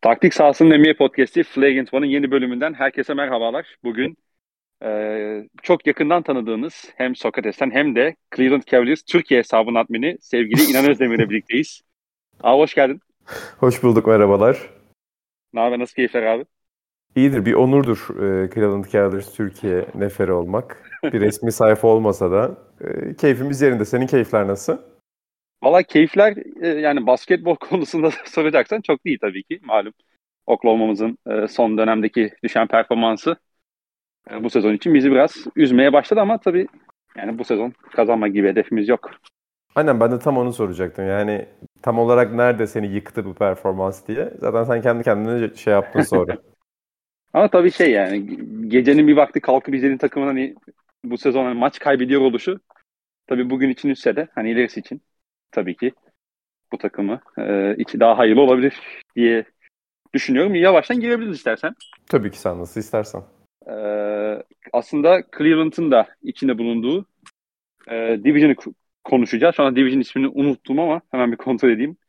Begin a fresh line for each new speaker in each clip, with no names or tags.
Taktik Sahası'nın NBA Podcast'i Flagrant One'ın yeni bölümünden herkese merhabalar. Bugün çok yakından tanıdığınız hem Sokrates'ten hem de Cleveland Cavaliers Türkiye hesabının admini sevgili İnan Özdemir'le birlikteyiz. Abi hoş geldin.
Hoş bulduk, merhabalar.
Ne haber, nasıl keyifler abi?
İyidir, bir onurdur Cleveland Cavaliers Türkiye neferi olmak. Bir resmi sayfa olmasa da keyfimiz yerinde. Senin keyifler nasıl?
Valla keyifler yani basketbol konusunda soracaksan çok iyi tabii ki. Malum Oklahoma'mızın son dönemdeki düşen performansı bu sezon için bizi biraz üzmeye başladı ama tabii yani bu sezon kazanma gibi hedefimiz yok.
Aynen, ben de tam onu soracaktım. Yani tam olarak nerede seni yıktı bu performans diye. Zaten sen kendi kendine şey yaptın sonra.
Ama tabii yani gecenin bir vakti kalkıp izlediğin takımın hani bu sezon hani maç kaybediyor oluşu tabii bugün için üzse de hani ilerisi için tabii ki bu takımı içi daha hayırlı olabilir diye düşünüyorum. Yavaştan girebiliriz istersen.
Tabii ki, sen nasıl istersen.
E, Aslında Cleveland'ın da içinde bulunduğu Division'ı konuşacağız. Şu an Division ismini unuttum ama hemen bir kontrol edeyim.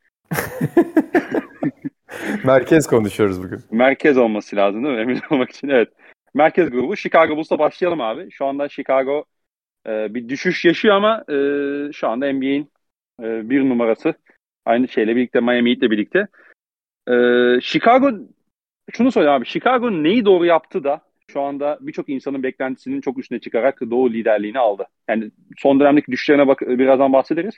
Merkez konuşuyoruz bugün.
Merkez olması lazım değil mi? Emin olmak için evet. Merkez grubu. Chicago Bulls'la başlayalım abi. Şu anda Chicago bir düşüş yaşıyor ama şu anda NBA'in bir numarası. Aynı şeyle birlikte Miami Heat'le birlikte. Chicago, şunu söyleyeyim abi. Chicago neyi doğru yaptı da şu anda birçok insanın beklentisinin çok üstüne çıkarak Doğu liderliğini aldı. Yani son dönemdeki düşüşlerine birazdan bahsederiz.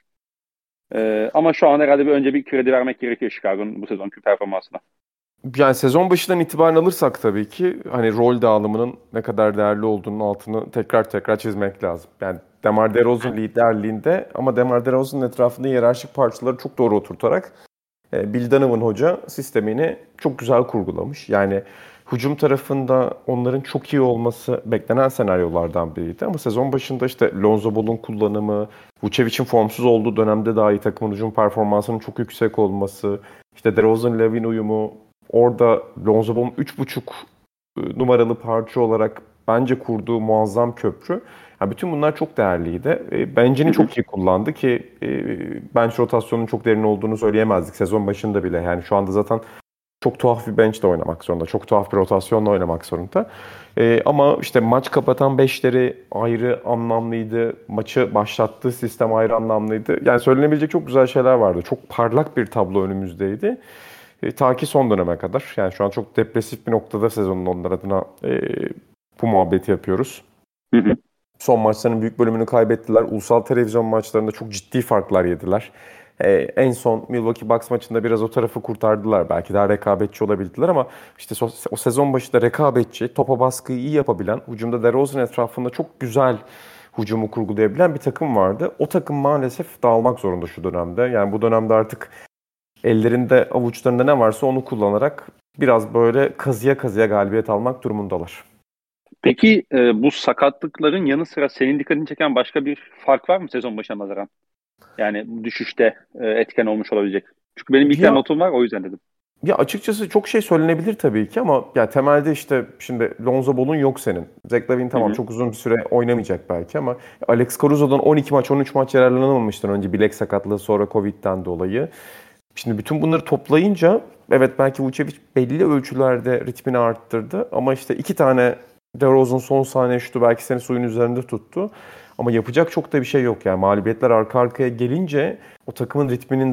Ama şu an herhalde önce bir kredi vermek gerekiyor Chicago'nun bu sezonki performansına.
Yani sezon başından itibaren alırsak tabii ki hani rol dağılımının ne kadar değerli olduğunun altını tekrar çizmek lazım. Yani DeMar DeRozan liderliğinde ama DeMar DeRozan'ın etrafında hiyerarşik parçaları çok doğru oturtarak Bill Donovan Hoca sistemini çok güzel kurgulamış. Yani hücum tarafında onların çok iyi olması beklenen senaryolardan biriydi. Ama sezon başında işte Lonzo Ball'un kullanımı, Vucevic'in formsuz olduğu dönemde dahi takımın hücum performansının çok yüksek olması, işte DeRozan-Levine uyumu, orada Lonzo Ball'un 3,5 numaralı parça olarak bence kurduğu muazzam köprü. Yani bütün bunlar çok değerliydi. Bench'ini çok iyi kullandı ki bench rotasyonunun çok derin olduğunu söyleyemezdik sezon başında bile. Yani şu anda zaten çok tuhaf bir bench'le oynamak zorunda. Çok tuhaf bir rotasyonla oynamak zorunda. Ama işte maç kapatan beşleri ayrı anlamlıydı. Maçı başlattığı sistem ayrı anlamlıydı. Yani söylenebilecek çok güzel şeyler vardı. Çok parlak bir tablo önümüzdeydi. Ta ki son döneme kadar. Yani şu an çok depresif bir noktada sezonun onlar adına bu muhabbeti yapıyoruz.
Hı hı.
Son maçlarının büyük bölümünü kaybettiler. Ulusal televizyon maçlarında çok ciddi farklar yediler. En son Milwaukee Bucks maçında biraz o tarafı kurtardılar. Belki daha rekabetçi olabildiler ama işte o sezon başında rekabetçi, topa baskıyı iyi yapabilen, hücumda DeRozan etrafında çok güzel hücumu kurgulayabilen bir takım vardı. O takım maalesef dağılmak zorunda şu dönemde. Yani bu dönemde artık ellerinde, avuçlarında ne varsa onu kullanarak biraz böyle kazıya kazıya galibiyet almak durumundalar.
Peki bu sakatlıkların yanı sıra senin dikkatini çeken başka bir fark var mı sezon başına nazaran? Yani bu düşüşte etken olmuş olabilecek. Çünkü benim bir tane
Ya,
notum var, o yüzden dedim.
ya açıkçası çok şey söylenebilir tabii ki ama ya temelde işte şimdi Lonzo Ball'un yok senin. Zach LaVine
Hı
tamam
hı.
çok uzun bir süre oynamayacak belki ama Alex Caruso'dan 12 maç 13 maç yararlanamamıştın önce bilek sakatlığı sonra Covid'den dolayı. Şimdi bütün bunları toplayınca evet belki Vucevic belli ölçülerde ritmini arttırdı ama işte iki tane DeRozan son saniye şutu belki seni suyun üzerinde tuttu. Ama yapacak çok da bir şey yok yani mağlubiyetler arka arkaya gelince o takımın ritminin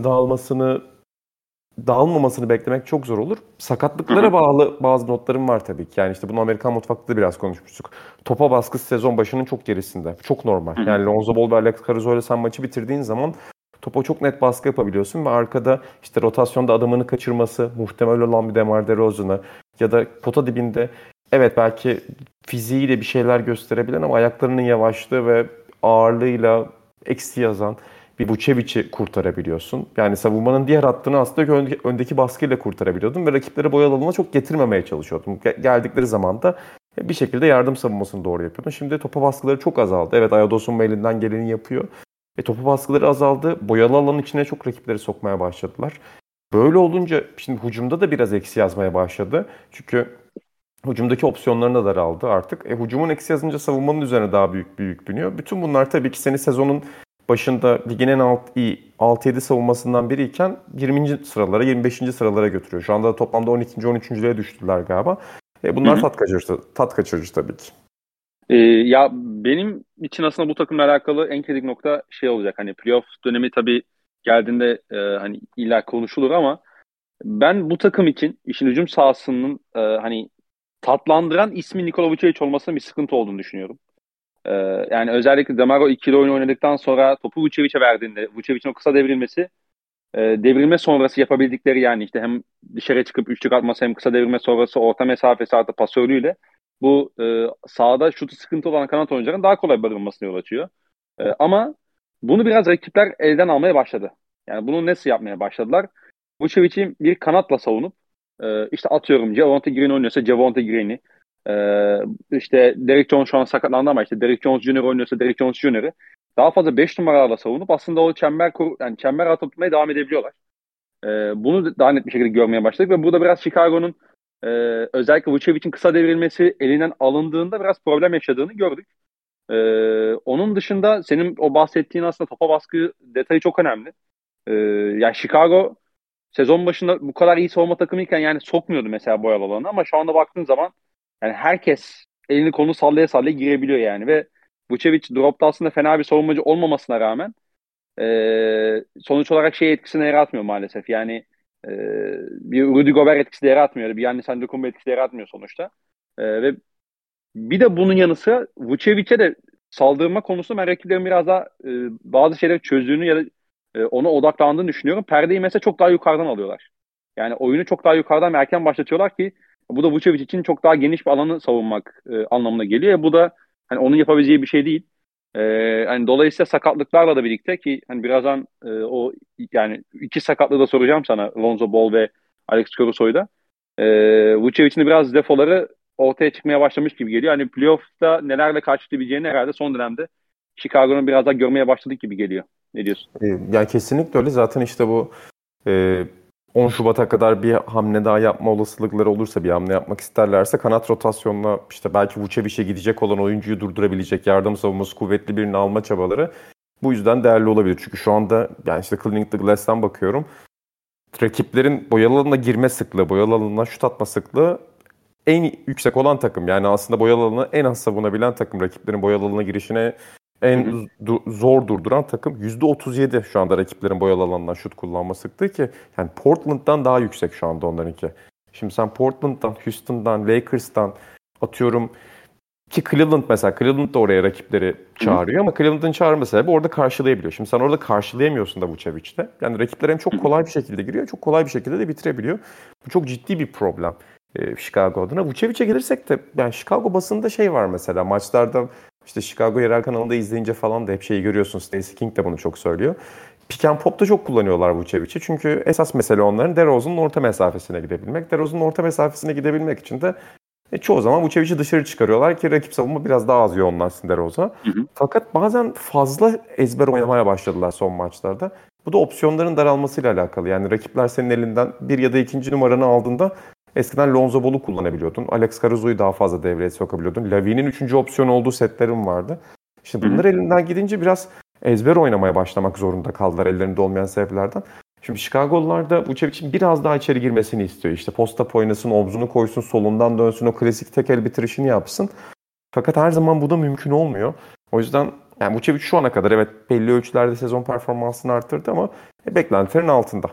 dağılmamasını beklemek çok zor olur.
Hı hı.
Sakatlıklara bağlı bazı notlarım var tabii ki. Yani işte bunu Amerikan mutfakta da biraz konuşmuştuk. Topa baskısı sezon başının çok gerisinde. Çok normal.
Hı hı.
Yani Lonzo Ball ve Alex Caruso ile sen maçı bitirdiğin zaman topa çok net baskı yapabiliyorsun ve arkada işte rotasyonda adamını kaçırması, muhtemel olan bir DeMar DeRozan'ı ya da pota dibinde evet belki fiziğiyle bir şeyler gösterebilen ama ayaklarının yavaşlığı ve ağırlığıyla eksi yazan bir Vucevic'i kurtarabiliyorsun. Yani savunmanın diğer hattını aslında öndeki baskıyla kurtarabiliyordun ve rakipleri boyalı alana çok getirmemeye çalışıyordun. Geldikleri zaman da bir şekilde yardım savunmasını doğru yapıyordun. Şimdi topa baskıları çok azaldı. Evet, Ayados'un elinden geleni yapıyor. Topa baskıları azaldı. Boyalı alanın içine çok rakipleri sokmaya başladılar. Böyle olunca şimdi hücumda da biraz eksi yazmaya başladı. Çünkü hücumdaki opsiyonlarını da daraldı artık. Hücumun eksi yazınca savunmanın üzerine daha büyük biniyor. Bütün bunlar tabii ki seni sezonun başında ligin en iyi 6-7 savunmasından biriyken 20. sıralara, 25. sıralara götürüyor. Şu anda toplamda 12. 13.lüğe düştüler galiba.
Hı
Bunlar
hı.
tat kaçırıcı tabii ki.
Ya benim için aslında bu takımla alakalı en kritik nokta şey olacak. Hani playoff dönemi tabii geldiğinde hani illa konuşulur ama ben bu takım için işin hücum sahasının hani tatlandıran ismi Nikola Vucevic olmasının bir sıkıntı olduğunu düşünüyorum. E, Yani özellikle Demaro ikili oyun oynadıktan sonra topu Vucevic'e verdiğinde Vucevic'in o kısa devrilmesi devrilme sonrası yapabildikleri yani işte hem dışarı çıkıp üçlük atması hem kısa devrilme sonrası orta mesafesi artı pasörlüğüyle bu sahada şutu sıkıntı olan kanat oyuncuların daha kolay barınmasına yol açıyor. Ama bunu biraz rakipler elden almaya başladı. Yani bunu nasıl yapmaya başladılar? Vucevic'i bir kanatla savunup işte atıyorum Javonte Green oynuyorsa Javonte Green'i işte Derrick Jones şu an sakatlandı ama işte Derrick Jones Jr. oynuyorsa Derrick Jones Jr.'ı daha fazla 5 numaralarla savunup aslında o yani çember altı tutmaya devam edebiliyorlar. Bunu daha net bir şekilde görmeye başladık ve burada biraz Chicago'nun e, özellikle Vucevic'in kısa devrilmesi elinden alındığında biraz problem yaşadığını gördük. Onun dışında senin o bahsettiğin aslında topa baskı detayı çok önemli. Yani Chicago sezon başında bu kadar iyi savunma takımıyken yani sokmuyordu mesela boyalı alanı ama şu anda baktığın zaman yani herkes elini kolunu sallaya sallaya girebiliyor yani ve Vucevic dropta aslında fena bir savunmacı olmamasına rağmen sonuç olarak şey etkisini yaratmıyor maalesef. Yani e, bir Rudy Gobert etkisi de yaratmıyor. Bir Giannis Antetokounmpo etkisi de yaratmıyor sonuçta. Ve bir de bunun yanı sıra Vucevic'e de saldırma konusunda ben rakiplerin biraz daha bazı şeyleri çözdüğünü ya da ona odaklandığını düşünüyorum. Perdeyi mesela çok daha yukarıdan alıyorlar. Yani oyunu çok daha yukarıdan ve erken başlatıyorlar ki bu da Vucevic için çok daha geniş bir alanı savunmak anlamına geliyor. Bu da hani onun yapabileceği bir şey değil. Hani dolayısıyla sakatlıklarla da birlikte ki hani birazdan o yani iki sakatlığı da soracağım sana Lonzo Ball ve Alex Caruso'yu da. Vucevic'in de biraz defoları ortaya çıkmaya başlamış gibi geliyor. Hani playoff'ta nelerle karşılaşabileceğini herhalde son dönemde Chicago'nun biraz daha görmeye başladık gibi geliyor. Ne diyorsun?
Yani kesinlikle öyle. Zaten işte bu e, 10 Şubat'a kadar bir hamle daha yapma olasılıkları olursa, bir hamle yapmak isterlerse kanat rotasyonuna işte belki Vucevic'e gidecek olan oyuncuyu durdurabilecek, yardım savunması kuvvetli birini alma çabaları bu yüzden değerli olabilir. Çünkü şu anda yani işte Cleaning the Glass'tan bakıyorum. Rakiplerin boyalı alana girme sıklığı, boyalı alana şut atma sıklığı en yüksek olan takım. Yani aslında boyalı alanı en az savunabilen takım. Rakiplerin boyalı alana girişine
Hı hı.
zor durduran takım. %37 şu anda rakiplerin boyalı alanından şut kullanma sıklığı ki yani Portland'dan daha yüksek şu anda onlarınki. Şimdi sen Portland'dan, Houston'dan, Lakers'tan atıyorum ki Cleveland mesela. Cleveland da oraya rakipleri
Hı hı.
çağırıyor ama Cleveland'ın çağırma sebebi orada karşılayabiliyor. Şimdi sen orada karşılayamıyorsun da Vucevic'te. Yani rakipler hem
Hı
çok
hı.
kolay bir şekilde giriyor, çok kolay bir şekilde de bitirebiliyor. Bu çok ciddi bir problem Chicago adına. Vucevic'e gelirsek de yani Chicago basında şey var mesela maçlarda işte Chicago yerel kanalında izleyince falan da hep şeyi görüyorsun. Stacey King de bunu çok söylüyor. Pick and pop'ta çok kullanıyorlar Vucevic'i. Çünkü esas mesele onların DeRozan'ın orta mesafesine gidebilmek. DeRozan'ın orta mesafesine gidebilmek için de çoğu zaman Vucevic'i dışarı çıkarıyorlar ki rakip savunma biraz daha az yoğunlaşsın DeRozan'a.
Hı hı.
Fakat bazen fazla ezber oynamaya başladılar son maçlarda. Bu da opsiyonların daralmasıyla alakalı. Yani rakipler senin elinden bir ya da ikinci numaranı aldığında eskiden Lonzo Ball'u kullanabiliyordun. Alex Caruso'yu daha fazla devreye sokabiliyordun. Lavine'in üçüncü opsiyon olduğu setlerin vardı. İşte
Hı hı.
bunlar elinden gidince biraz ezber oynamaya başlamak zorunda kaldılar ellerinde olmayan sebeplerden. Şimdi Chicago'lular da Vucevic'in biraz daha içeri girmesini istiyor. İşte post-up oynasın, omzunu koysun, solundan dönsün, o klasik tek el bitirişini yapsın. Fakat her zaman bu da mümkün olmuyor. O yüzden yani Vucevic şu ana kadar evet belli ölçülerde sezon performansını arttırdı ama beklentilerin altında.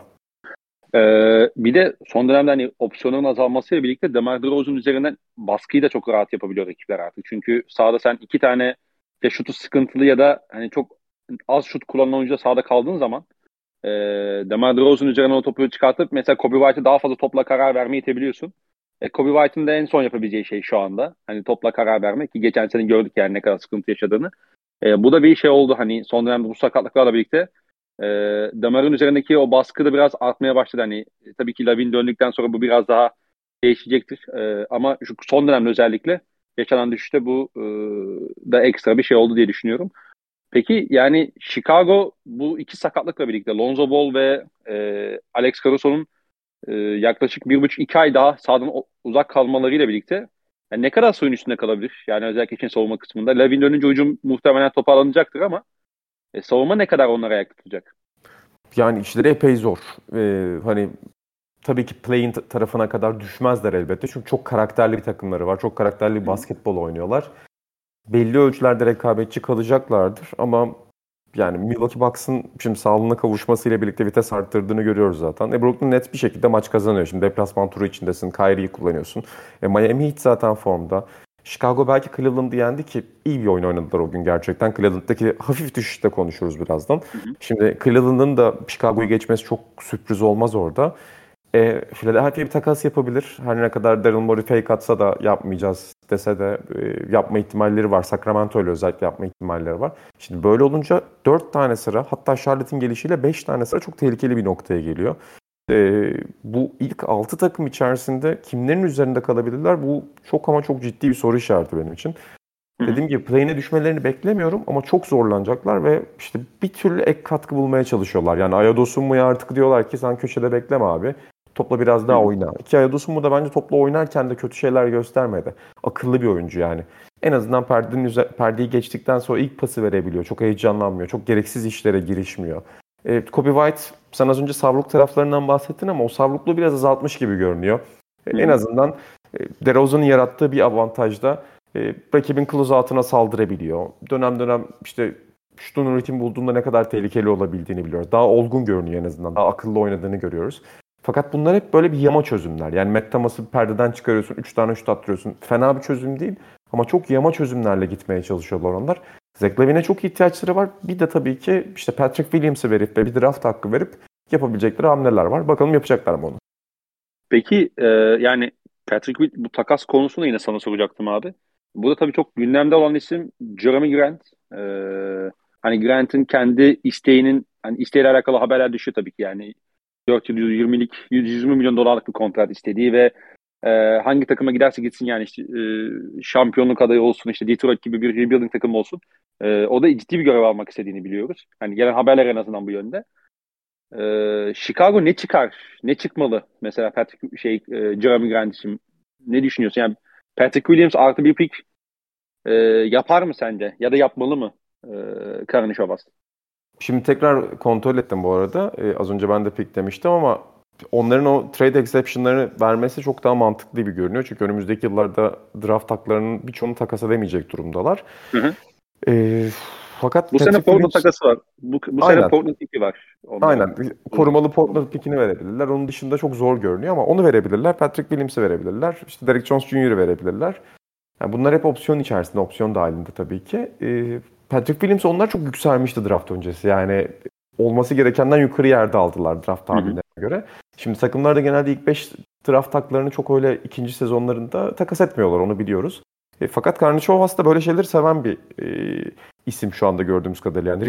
Bir de son dönemde hani opsiyonun azalmasıyla birlikte DeMar DeRozan üzerinden baskıyı da çok rahat yapabiliyor rakipler artık. Çünkü sahada sen iki tane ya şutu sıkıntılı ya da hani çok az şut kullanan oyuncu sahada kaldığın zaman e, DeMar DeRozan üzerine o topu çıkartıp mesela Kobe White'e daha fazla topla karar vermeyi itebiliyorsun. Kobe White'ın da en son yapabileceği şey şu anda. Hani topla karar vermek ki geçen sene gördük yani ne kadar sıkıntı yaşadığını. Bu da bir şey oldu hani son dönemde bu sakatlıklarla birlikte e, Damar'ın üzerindeki o baskı da biraz artmaya başladı. Hani tabii ki Lavin döndükten sonra bu biraz daha değişecektir. Ama şu son dönemde özellikle yaşanan düşüşte bu da ekstra bir şey oldu diye düşünüyorum. Peki yani Chicago bu iki sakatlıkla birlikte Lonzo Ball ve Alex Caruso'nun yaklaşık 1,5-2 ay daha sahadan uzak kalmalarıyla birlikte yani ne kadar suyun üstünde kalabilir? Yani özellikle için savunma kısmında. Lavin dönünce hücum muhtemelen toparlanacaktır ama Savunma ne kadar onlara ayak tutacak?
Yani işleri epey zor. Hani tabii ki play-in tarafına kadar düşmezler elbette. Çünkü çok karakterli bir takımları var. Çok karakterli bir basketbol oynuyorlar. Belli ölçülerde rekabetçi kalacaklardır ama yani Milwaukee Bucks'ın şimdi sağlığına kavuşmasıyla birlikte vites arttırdığını görüyoruz zaten. Brooklyn Nets bir şekilde maç kazanıyor. Şimdi deplasman turu içindesin. Kyrie'yi kullanıyorsun. Miami Heat zaten formda. Chicago belki Cleveland'ı yendi ki iyi bir oyun oynadılar o gün gerçekten. Cleveland'daki hafif düşüşte konuşuruz birazdan.
Hı hı.
Şimdi Cleveland'ın da Chicago'yu geçmesi çok sürpriz olmaz orada. Philadelphia bir takas yapabilir. Her ne kadar Daryl Morey fake atsa da yapmayacağız dese de yapma ihtimalleri var. Sacramento ile özellikle yapma ihtimalleri var. Şimdi böyle olunca 4 tane sıra, hatta Charlotte'in gelişiyle 5 tane sıra çok tehlikeli bir noktaya geliyor. Bu ilk 6 takım içerisinde kimlerin üzerinde kalabilirler? Bu çok ama çok ciddi bir soru işareti benim için.
Hı hı.
Dediğim gibi play'ine düşmelerini beklemiyorum ama çok zorlanacaklar ve işte bir türlü ek katkı bulmaya çalışıyorlar. Yani Ayadosunmu'ya artık diyorlar ki sen köşede bekleme abi. Topla biraz
Hı
daha
hı.
oyna. Ki Ayadosunmu da bence topla oynarken de kötü şeyler göstermedi. Akıllı bir oyuncu yani. En azından perdeyi geçtikten sonra ilk pası verebiliyor. Çok heyecanlanmıyor. Çok gereksiz işlere girişmiyor. Kobe White, sen az önce savruk taraflarından bahsettin ama o savrukluğu biraz azaltmış gibi görünüyor.
Hı
En
hı.
azından DeRozan'ın yarattığı bir avantajda rakibin closeout'una saldırabiliyor. Dönem dönem işte şutun üretim bulduğunda ne kadar tehlikeli olabildiğini biliyoruz. Daha olgun görünüyor en azından. Daha akıllı oynadığını görüyoruz. Fakat bunlar hep böyle bir yama çözümler. Yani Matt Thomas'ı perdeden çıkarıyorsun, 3 tane şut attırıyorsun. Fena bir çözüm değil ama çok yama çözümlerle gitmeye çalışıyorlar onlar. Zach LaVine'e çok ihtiyaçları var. Bir de tabii ki işte Patrick Williams'ı verip ve bir draft hakkı verip yapabilecekleri hamleler var. Bakalım yapacaklar mı onu?
Peki yani bu takas konusunu yine sana soracaktım abi. Burada tabii çok gündemde olan isim Jeremy Grant. E, Hani Grant'ın kendi isteğinin hani isteğiyle alakalı haberler düşüyor tabii ki yani 4 yıl 120'lik 120 milyon dolarlık bir kontrat istediği ve e, hangi takıma giderse gitsin yani işte şampiyonluk adayı olsun işte Detroit gibi bir rebuilding takım olsun. O da ciddi bir görev almak istediğini biliyoruz. Hani gelen haberler en azından bu yönde. Chicago ne çıkar? Ne çıkmalı? Mesela Jeremy Grant için ne düşünüyorsun? Yani Patrick Williams artı bir pick yapar mı sence? Ya da yapmalı mı? Karnışovas.
Şimdi tekrar kontrol ettim bu arada. Az önce ben de pick demiştim ama onların o trade exception'larını vermesi çok daha mantıklı gibi görünüyor. Çünkü önümüzdeki yıllarda draft haklarının birçoğunu takas edemeyecek durumdalar.
Hı hı.
Ee, Fakat
Bu sene
Patrick
Portland
Williams
takası var. Bu sene
aynen.
Portland picki var onların.
Aynen. Korumalı Portland pickini verebilirler. Onun dışında çok zor görünüyor ama onu verebilirler. Patrick Williams'ı verebilirler. İşte Derrick Jones Jr.'ı verebilirler. Yani bunlar hep opsiyon içerisinde, opsiyon dahilinde tabii ki. Patrick Williams onlar çok yükselmişti draft öncesi. Yani olması gerekenden yukarı yerde aldılar draft
Hı hı.
tahminlerine göre. Şimdi takımlar da genelde ilk 5 draft haklarını çok öyle ikinci sezonlarında takas etmiyorlar, onu biliyoruz. Fakat Karnišovas da böyle şeyleri seven bir isim şu anda gördüğümüz kadarıyla. Yani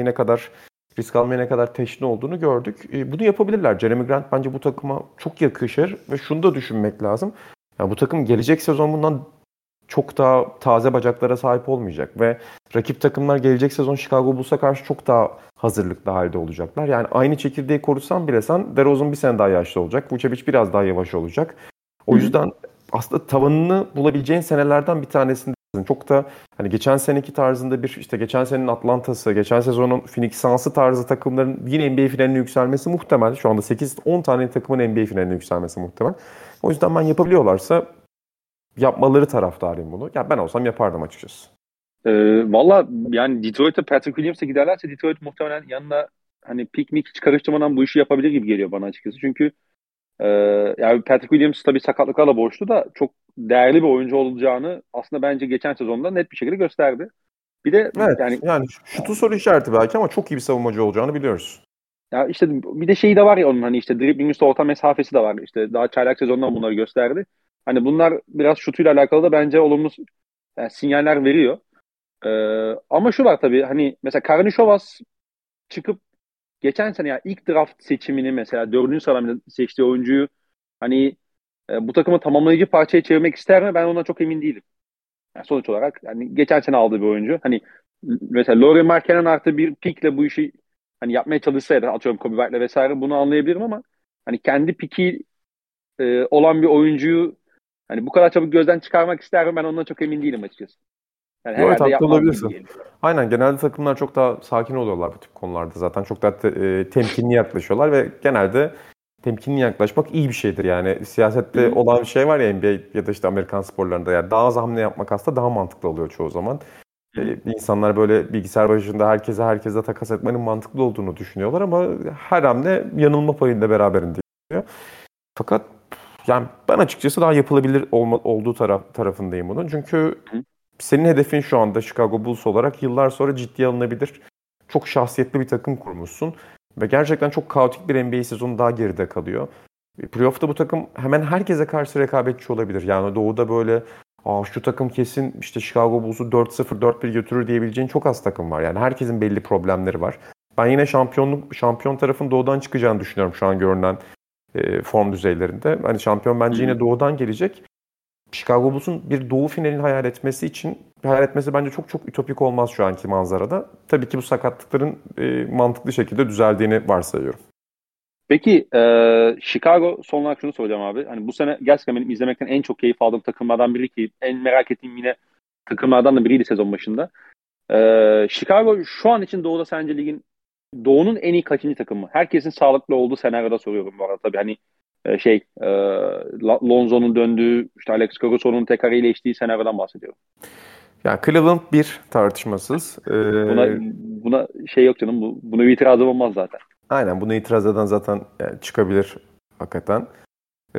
risk almaya ne kadar teşne olduğunu gördük. Bunu yapabilirler. Jeremy Grant bence bu takıma çok yakışır ve şunu da düşünmek lazım. Yani bu takım gelecek sezon bundan çok daha taze bacaklara sahip olmayacak ve rakip takımlar gelecek sezon Chicago Bulls'a karşı çok daha hazırlıklı halde olacaklar. Yani aynı çekirdeği korusan bile sen DeRozan bir sene daha yaşlı olacak. Vucevic biraz daha yavaş olacak.
Hı
O
hı.
yüzden aslında tavanını bulabileceğin senelerden bir tanesinde çok da hani geçen seneki tarzında bir işte geçen senenin Atlanta'sı, geçen sezonun Phoenix Suns'ı tarzı takımların yine NBA finaline yükselmesi muhtemel. Şu anda 8-10 tane takımın NBA finaline yükselmesi muhtemel. O yüzden ben yapabiliyorlarsa yapmaları taraftarıyım bunu. Ya ben olsam yapardım açıkçası.
Valla yani Detroit'e Patrick Williams'a giderlerse Detroit muhtemelen yanına hani pick hiç karıştırmadan bu işi yapabilir gibi geliyor bana açıkçası. Çünkü Ee, yani Patrick Williams tabii sakatlıklarla boğuştu da çok değerli bir oyuncu olacağını aslında bence geçen sezonda net bir şekilde gösterdi. Bir de
Evet,
yani
yani şutu soru işareti belki ama çok iyi bir savunmacı olacağını biliyoruz.
ya işte bir de şeyi de var ya onun hani işte dribbling üstü orta mesafesi de var. İşte daha çaylak sezondan bunları gösterdi. Hani bunlar biraz şutuyla alakalı da bence olumlu yani sinyaller veriyor. Ama şu var tabii hani mesela Karnišovas çıkıp geçen sene ya ilk draft seçimini mesela dördüncü sıradan seçtiği oyuncuyu hani bu takımı tamamlayıcı parçaya çevirmek ister mi? Ben ondan çok emin değilim. Yani sonuç olarak hani geçen sene aldığı bir oyuncu. Hani mesela Lauri Markkanen artı bir pikle bu işi hani yapmaya çalışsaydı atıyorum Kobe White'le vesaire bunu anlayabilirim ama hani kendi piki olan bir oyuncuyu hani bu kadar çabuk gözden çıkarmak ister mi? Ben ondan çok emin değilim açıkçası. Yani
Evet,
herhalde
haklı
yapmaz gibi
olabilirsin.
geliyor.
Aynen, genelde takımlar çok daha sakin oluyorlar bu tip konularda zaten. Çok daha temkinli yaklaşıyorlar ve genelde temkinli yaklaşmak iyi bir şeydir. Yani
Hı
siyasette
hı.
olan bir şey var ya, NBA ya da işte Amerikan sporlarında, yani daha az hamle yapmak aslında daha mantıklı oluyor çoğu zaman.
Hı hı.
İnsanlar böyle bilgisayar başında herkese takas etmenin mantıklı olduğunu düşünüyorlar ama her hamle yanılma payıyla beraberinde geliyor. Fakat yani ben açıkçası daha yapılabilir olduğu tarafındayım bunun. Çünkü
Hı.
senin hedefin şu anda Chicago Bulls olarak yıllar sonra ciddiye alınabilir, çok şahsiyetli bir takım kurmuşsun. Ve gerçekten çok kaotik bir NBA sezonu daha geride kalıyor. Playoff'ta bu takım hemen herkese karşı rekabetçi olabilir. Yani Doğu'da böyle şu takım kesin işte Chicago Bulls'u 4-0, 4-1 götürür diyebileceğin çok az takım var. Yani herkesin belli problemleri var. Ben yine şampiyon tarafın Doğu'dan çıkacağını düşünüyorum şu an görünen form düzeylerinde. Hani şampiyon
Hı
bence
hı.
yine Doğu'dan gelecek. Chicago Bulls'un bir Doğu finalini hayal etmesi bence çok çok ütopik olmaz şu anki manzarada. Tabii ki bu sakatlıkların mantıklı şekilde düzeldiğini varsayıyorum.
Peki Chicago son olarak şunu soracağım abi. Hani bu sene gerçekten benim izlemekten en çok keyif aldığım takımlardan biri ki en merak ettiğim yine takımlardan da biriydi sezon başında. Chicago şu an için Doğu'da sence ligin Doğu'nun en iyi kaçıncı takımı? Herkesin sağlıklı olduğu senaryoda soruyorum bu arada. Tabii hani Lonzo'nun döndüğü, işte Alex Caruso'nun tekrar iyileştiği senaryodan bahsediyorum.
Yani Cleveland bir tartışmasız.
Buna şey yok canım. Buna bir itirazım olmaz zaten.
Aynen, bunu itiraz eden zaten yani çıkabilir hakikaten. Ee,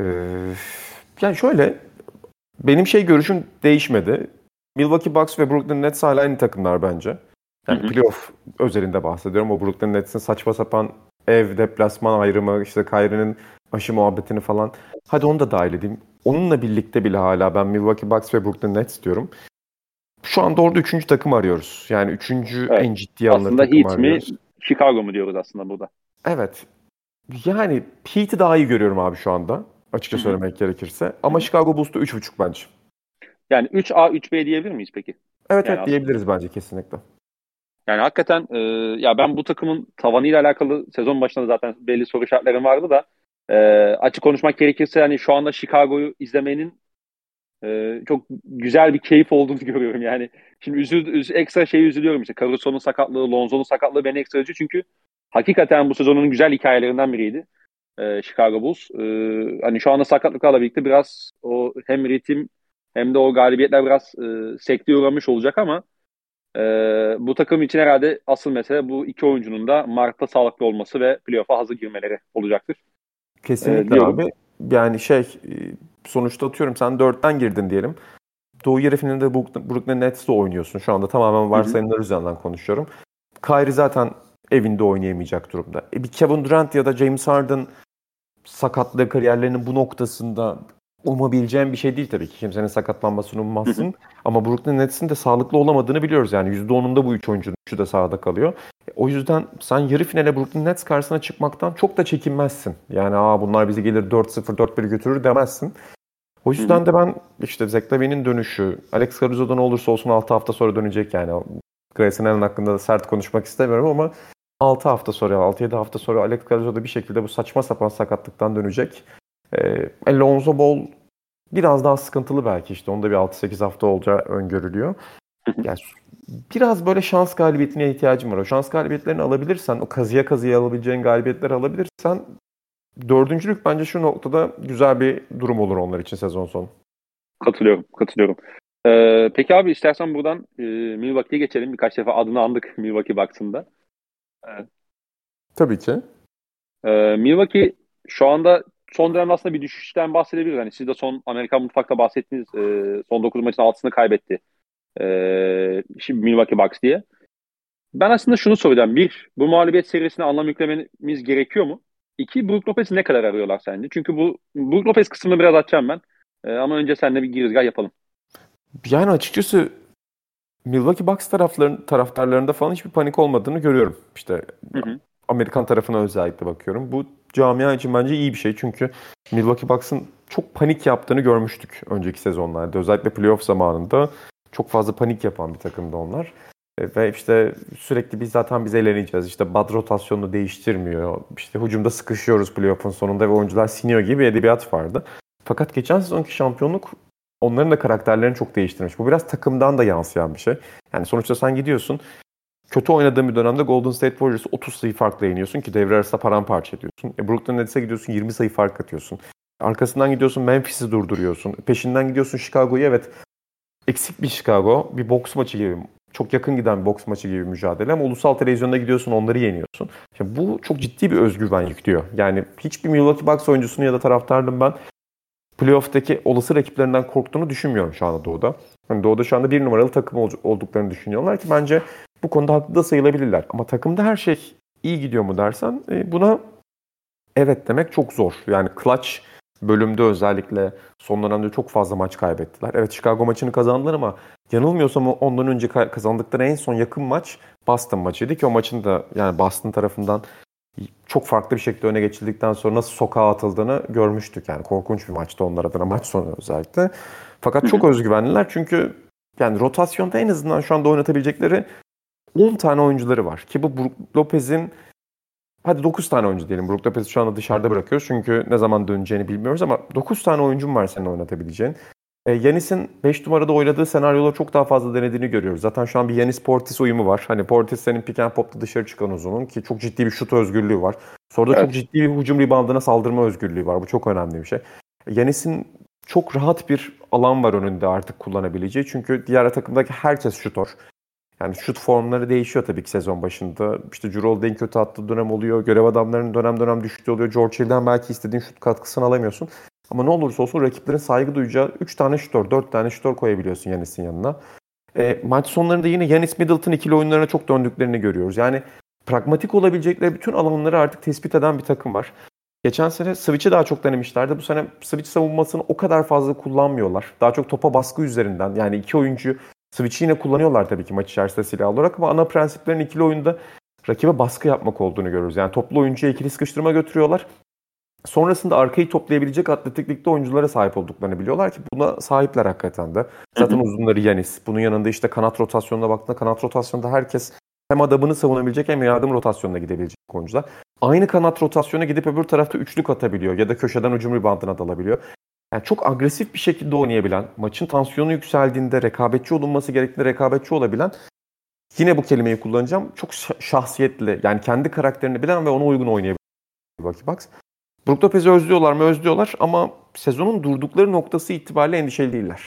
Yani şöyle, benim görüşüm değişmedi. Milwaukee Bucks ve Brooklyn Nets hala aynı takımlar bence.
Hı
Yani
hı.
playoff özelinde bahsediyorum. O Brooklyn Nets'in saçma sapan ev deplasman ayrımı, işte Kyrie'nin aşı muhabbetini falan. Hadi onu da dahil edeyim. Onunla birlikte bile hala ben Milwaukee Bucks ve Brooklyn Nets diyorum. Şu anda orada üçüncü takım arıyoruz. Yani üçüncü
Evet.
en ciddiye alınır
Aslında
takım
Heat mi,
arıyoruz.
Chicago mu diyoruz aslında burada.
Evet. Yani Heat'i daha iyi görüyorum abi şu anda. Açıkça
Hı hı.
söylemek gerekirse.
Hı
Ama
hı.
Chicago Bulls'ta 3,5 bence.
Yani 3A, 3B diyebilir miyiz peki?
Evet,
Yani
evet,
aslında.
diyebiliriz bence kesinlikle.
Yani hakikaten ya ben bu takımın tavanıyla alakalı sezon başında zaten belli soru işaretlerim vardı da açık konuşmak gerekirse hani şu anda Chicago'yu izlemenin çok güzel bir keyif olduğunu görüyorum. Yani şimdi ekstra üzülüyorum işte. Caruso'nun sakatlığı, Lonzo'nun sakatlığı beni ekstra üzüyor. Çünkü hakikaten bu sezonun güzel hikayelerinden biriydi. Chicago Bulls. Hani şu anda sakatlıklarla birlikte biraz o hem ritim hem de o galibiyetler biraz sekteye uğramış olacak ama e, bu takım için herhalde asıl mesele bu iki oyuncunun da Mart'ta sağlıklı olması ve playoff'a hazır girmeleri olacaktır
Kesinlikle
diyorum.
abi. Yani sonuçta atıyorum sen 4'ten girdin diyelim. Doğu yarı finalinde Brooklyn Nets'le oynuyorsun. Şu anda tamamen
Hı hı.
varsayımlar üzerinden konuşuyorum. Kyrie zaten evinde oynayamayacak durumda. Bir Kevin Durant ya da James Harden sakatlığı kariyerlerinin bu noktasında umabileceğim bir şey değil tabii ki. Kimsenin sakatlanmasını
Hı hı.
ummazsın. Ama Brooklyn Nets'in de sağlıklı olamadığını biliyoruz. Yani %10'unda bu üç oyuncunun üçü de sahada kalıyor. O yüzden sen yarı finale Brooklyn Nets karşısına çıkmaktan çok da çekinmezsin. Yani bunlar bizi gelir 4-0, 4-1 götürür demezsin. O
Hı hı.
yüzden de ben işte Zach LaVine'in dönüşü, Alex Caruso'da ne olursa olsun 6 hafta sonra dönecek yani. Grayson Allen hakkında da sert konuşmak istemiyorum ama 6 hafta sonra, 6-7 hafta sonra Alex Caruso da bir şekilde bu saçma sapan sakatlıktan dönecek. Lonzo Ball biraz daha sıkıntılı belki işte. Onda bir 6-8 hafta olacağı öngörülüyor.
Hı hı.
Yani biraz böyle şans galibiyetine ihtiyacım var. O şans galibiyetlerini alabilirsen, o kazıya alabileceğin galibiyetleri alabilirsen dördüncülük bence şu noktada güzel bir durum olur onlar için sezon sonu.
Katılıyorum, katılıyorum. Peki abi istersen buradan Milwaukee'ye geçelim. Birkaç defa adını andık Milwaukee Bucks'ın. Evet.
Tabii ki.
Milwaukee şu anda son dönemde aslında bir düşüşten bahsedebiliriz. Hani siz de son Amerikan mutfakta bahsettiğiniz son 9 maçın 6'sını kaybetti. Şimdi Milwaukee Bucks diye. Ben aslında şunu soracağım. Bir, bu mağlubiyet serisine anlam yüklememiz gerekiyor mu? İki, Brook Lopez'i ne kadar arıyorlar sence? Çünkü bu Brook Lopez kısmını biraz açacağım ben. Ama önce seninle bir girizgah yapalım.
Yani açıkçası Milwaukee Bucks taraftarlarında falan hiçbir panik olmadığını görüyorum. İşte
Hı hı.
Amerikan tarafına özellikle bakıyorum. Bu camia için bence iyi bir şey. Çünkü Milwaukee Bucks'ın çok panik yaptığını görmüştük önceki sezonlarda. Özellikle playoff zamanında çok fazla panik yapan bir takımdı onlar. Ve işte sürekli biz eğleneceğiz. İşte Bud rotasyonunu değiştirmiyor. İşte hücumda sıkışıyoruz playoff'un sonunda ve oyuncular siniyor gibi bir edebiyat vardı. Fakat geçen sezonki şampiyonluk onların da karakterlerini çok değiştirmiş. Bu biraz takımdan da yansıyan bir şey. Yani sonuçta sen gidiyorsun, kötü oynadığın bir dönemde Golden State Warriors'ı 30 sayı farkla yeniyorsun ki devre arasında paramparça ediyorsun. Brooklyn Nets'e gidiyorsun, 20 sayı fark atıyorsun. Arkasından gidiyorsun, Memphis'i durduruyorsun. Peşinden gidiyorsun Chicago'yu, evet eksik bir Chicago, bir boks maçı gibi, çok yakın giden bir boks maçı gibi bir mücadele ama ulusal televizyonda gidiyorsun, onları yeniyorsun. Şimdi bu çok ciddi bir özgüven yüklüyor. Yani hiçbir Milwaukee Bucks oyuncusunun ya da taraftarının ben playoff'taki olası rakiplerinden korktuğunu düşünmüyorum şu anda Doğu'da. Hani Doğu'da şu anda bir numaralı takım olduklarını düşünüyorlar ki bence bu konuda haklı da sayılabilirler. Ama takımda her şey iyi gidiyor mu dersen buna evet demek çok zor. Yani clutch bölümde özellikle son dönemde çok fazla maç kaybettiler. Evet, Chicago maçını kazandılar ama yanılmıyorsam ondan önce kazandıkları en son yakın maç Boston maçıydı ki o maçın da yani Boston tarafından çok farklı bir şekilde öne geçildikten sonra nasıl sokağa atıldığını görmüştük. Yani korkunç bir maçtı onlar adına, maç sonu özellikle. Fakat çok özgüvenliler çünkü yani rotasyonda en azından şu anda oynatabilecekleri 10 tane oyuncuları var. Ki bu Brook Lopez'in, hadi 9 tane oyuncu diyelim. Brook Lopez'i şu anda dışarıda bırakıyoruz çünkü ne zaman döneceğini bilmiyoruz ama 9 tane oyuncun var senin oynatabileceğin. Yanis'in 5 numarada oynadığı senaryoları çok daha fazla denediğini görüyoruz. Zaten şu an bir Yanis Portis uyumu var. Hani Portis senin pick and pop'ta dışarı çıkan uzunun ki çok ciddi bir şut özgürlüğü var. Sonra da çok ciddi bir hücum reboundına saldırma özgürlüğü var. Bu çok önemli bir şey. Yanis'in çok rahat bir alan var önünde artık kullanabileceği. Çünkü diğer takımdaki herkes şutör. Yani şut formları değişiyor tabii ki sezon başında. İşte Jrue Holiday'in kötü attığı dönem oluyor. Görev adamlarının dönem dönem düştüğü oluyor. George Hill'den belki istediğin şut katkısını alamıyorsun. Ama ne olursa olsun rakiplerin saygı duyacağı 3 tane şutör, 4 tane şutör koyabiliyorsun Yanis'in yanına. Maç sonlarında yine Yanis Middleton ikili oyunlarına çok döndüklerini görüyoruz. Yani pragmatik olabilecekleri bütün alanları artık tespit eden bir takım var. Geçen sene switch'i daha çok denemişlerdi. Bu sene switch savunmasını o kadar fazla kullanmıyorlar. Daha çok topa baskı üzerinden. Yani iki oyuncu switch'i yine kullanıyorlar tabii ki maç içerisinde silah olarak ama ana prensiplerin ikili oyunda rakibe baskı yapmak olduğunu görüyoruz. Yani toplu oyuncuya ikili sıkıştırma götürüyorlar. Sonrasında arkayı toplayabilecek atletiklikte oyunculara sahip olduklarını biliyorlar ki buna sahipler hakikaten de. Zaten uzunları Yanis. Bunun yanında işte kanat rotasyonuna baktığında kanat rotasyonunda herkes hem adamını savunabilecek hem yardım rotasyonuna gidebilecek oyuncular. Aynı kanat rotasyona gidip öbür tarafta üçlük atabiliyor ya da köşeden hücum ribantına dalabiliyor. Yani çok agresif bir şekilde oynayabilen, maçın tansiyonu yükseldiğinde rekabetçi olunması gerektiğinde rekabetçi olabilen, yine bu kelimeyi kullanacağım, çok şahsiyetli, yani kendi karakterini bilen ve ona uygun oynayabilen Milwaukee Bucks. Brook Lopez'i özlüyorlar mı? Özlüyorlar ama sezonun durdukları noktası itibariyle endişeli değiller.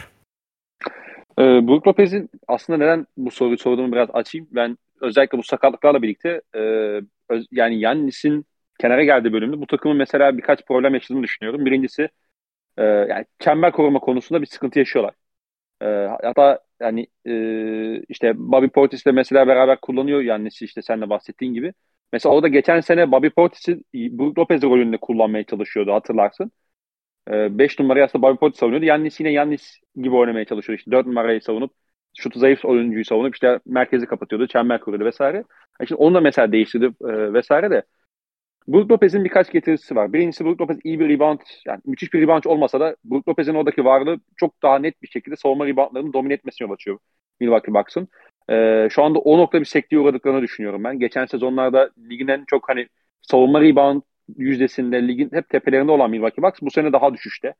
Brook Lopez'in aslında neden bu soruyu sorduğumu biraz açayım. Ben özellikle bu sakatlıklarla birlikte yani Yannis'in kenara geldiği bölümde bu takımın mesela birkaç problem yaşadığını düşünüyorum. Birincisi yani çember koruma konusunda bir sıkıntı yaşıyorlar. Hatta yani işte Bobby Portis'le mesela beraber kullanıyor Yannis'i işte sen de bahsettiğin gibi. Mesela orada geçen sene Bobby Portis'i Brook Lopez rolünde kullanmaya çalışıyordu hatırlarsın. 5 numarayı aslında Bobby Portis savunuyordu. Yannis yine Yannis gibi oynamaya çalışıyordu. İşte 4 numarayı savunup şutu zayıf oyuncuyu savunup işte merkezi kapatıyordu. Çember kuruyordu vesaire. Yani şimdi onu da mesela değiştirdi vesaire de. Brook Lopez'in birkaç getirisi var. Birincisi Brook Lopez iyi bir rebound, yani müthiş bir rebound olmasa da Brook Lopez'in oradaki varlığı çok daha net bir şekilde savunma reboundlarını domine etmesine yol açıyor Milwaukee Bucks'ın. Şu anda o nokta bir sekteye uğradıklarını düşünüyorum ben. Geçen sezonlarda ligin en çok hani savunma rebound yüzdesinde ligin hep tepelerinde olan Milwaukee Bucks bu sene daha düşüşte.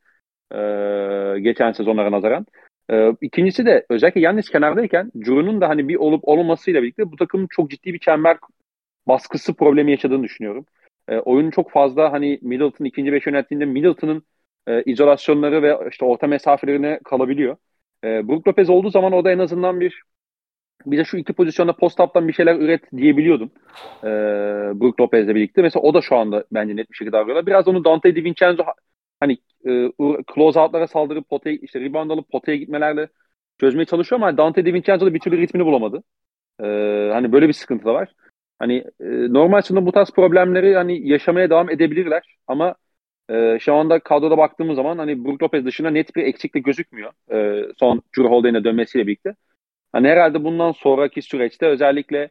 Geçen sezonlara nazaran. İkincisi de özellikle Yannis kenardayken Jrue'nun da hani bir olup olmamasıyla birlikte bu takımın çok ciddi bir çember baskısı problemi yaşadığını düşünüyorum. Oyunun çok fazla hani Middleton ikinci beş yönettiğinde Middleton'ın izolasyonları ve işte orta mesafelerine kalabiliyor. Brook Lopez olduğu zaman o da en azından bize şu iki pozisyonda post-up'tan bir şeyler üret diyebiliyordum. Brook Lopez'le birlikte. Mesela o da şu anda bence net bir şekilde davranıyorlar. Biraz onu Dante DiVincenzo hani close out'lara saldırıp potaya, işte rebound alıp potaya gitmelerle çözmeye çalışıyor ama Dante DiVincenzo da bir türlü ritmini bulamadı. Hani böyle bir sıkıntı da var. Hani normal sezonda bu tarz problemleri hani yaşamaya devam edebilirler ama şu anda kadroda baktığımız zaman hani Brook Lopez dışında net bir eksiklik gözükmüyor. Son Jrue Holiday'ine dönmesiyle birlikte. Hani herhalde bundan sonraki süreçte özellikle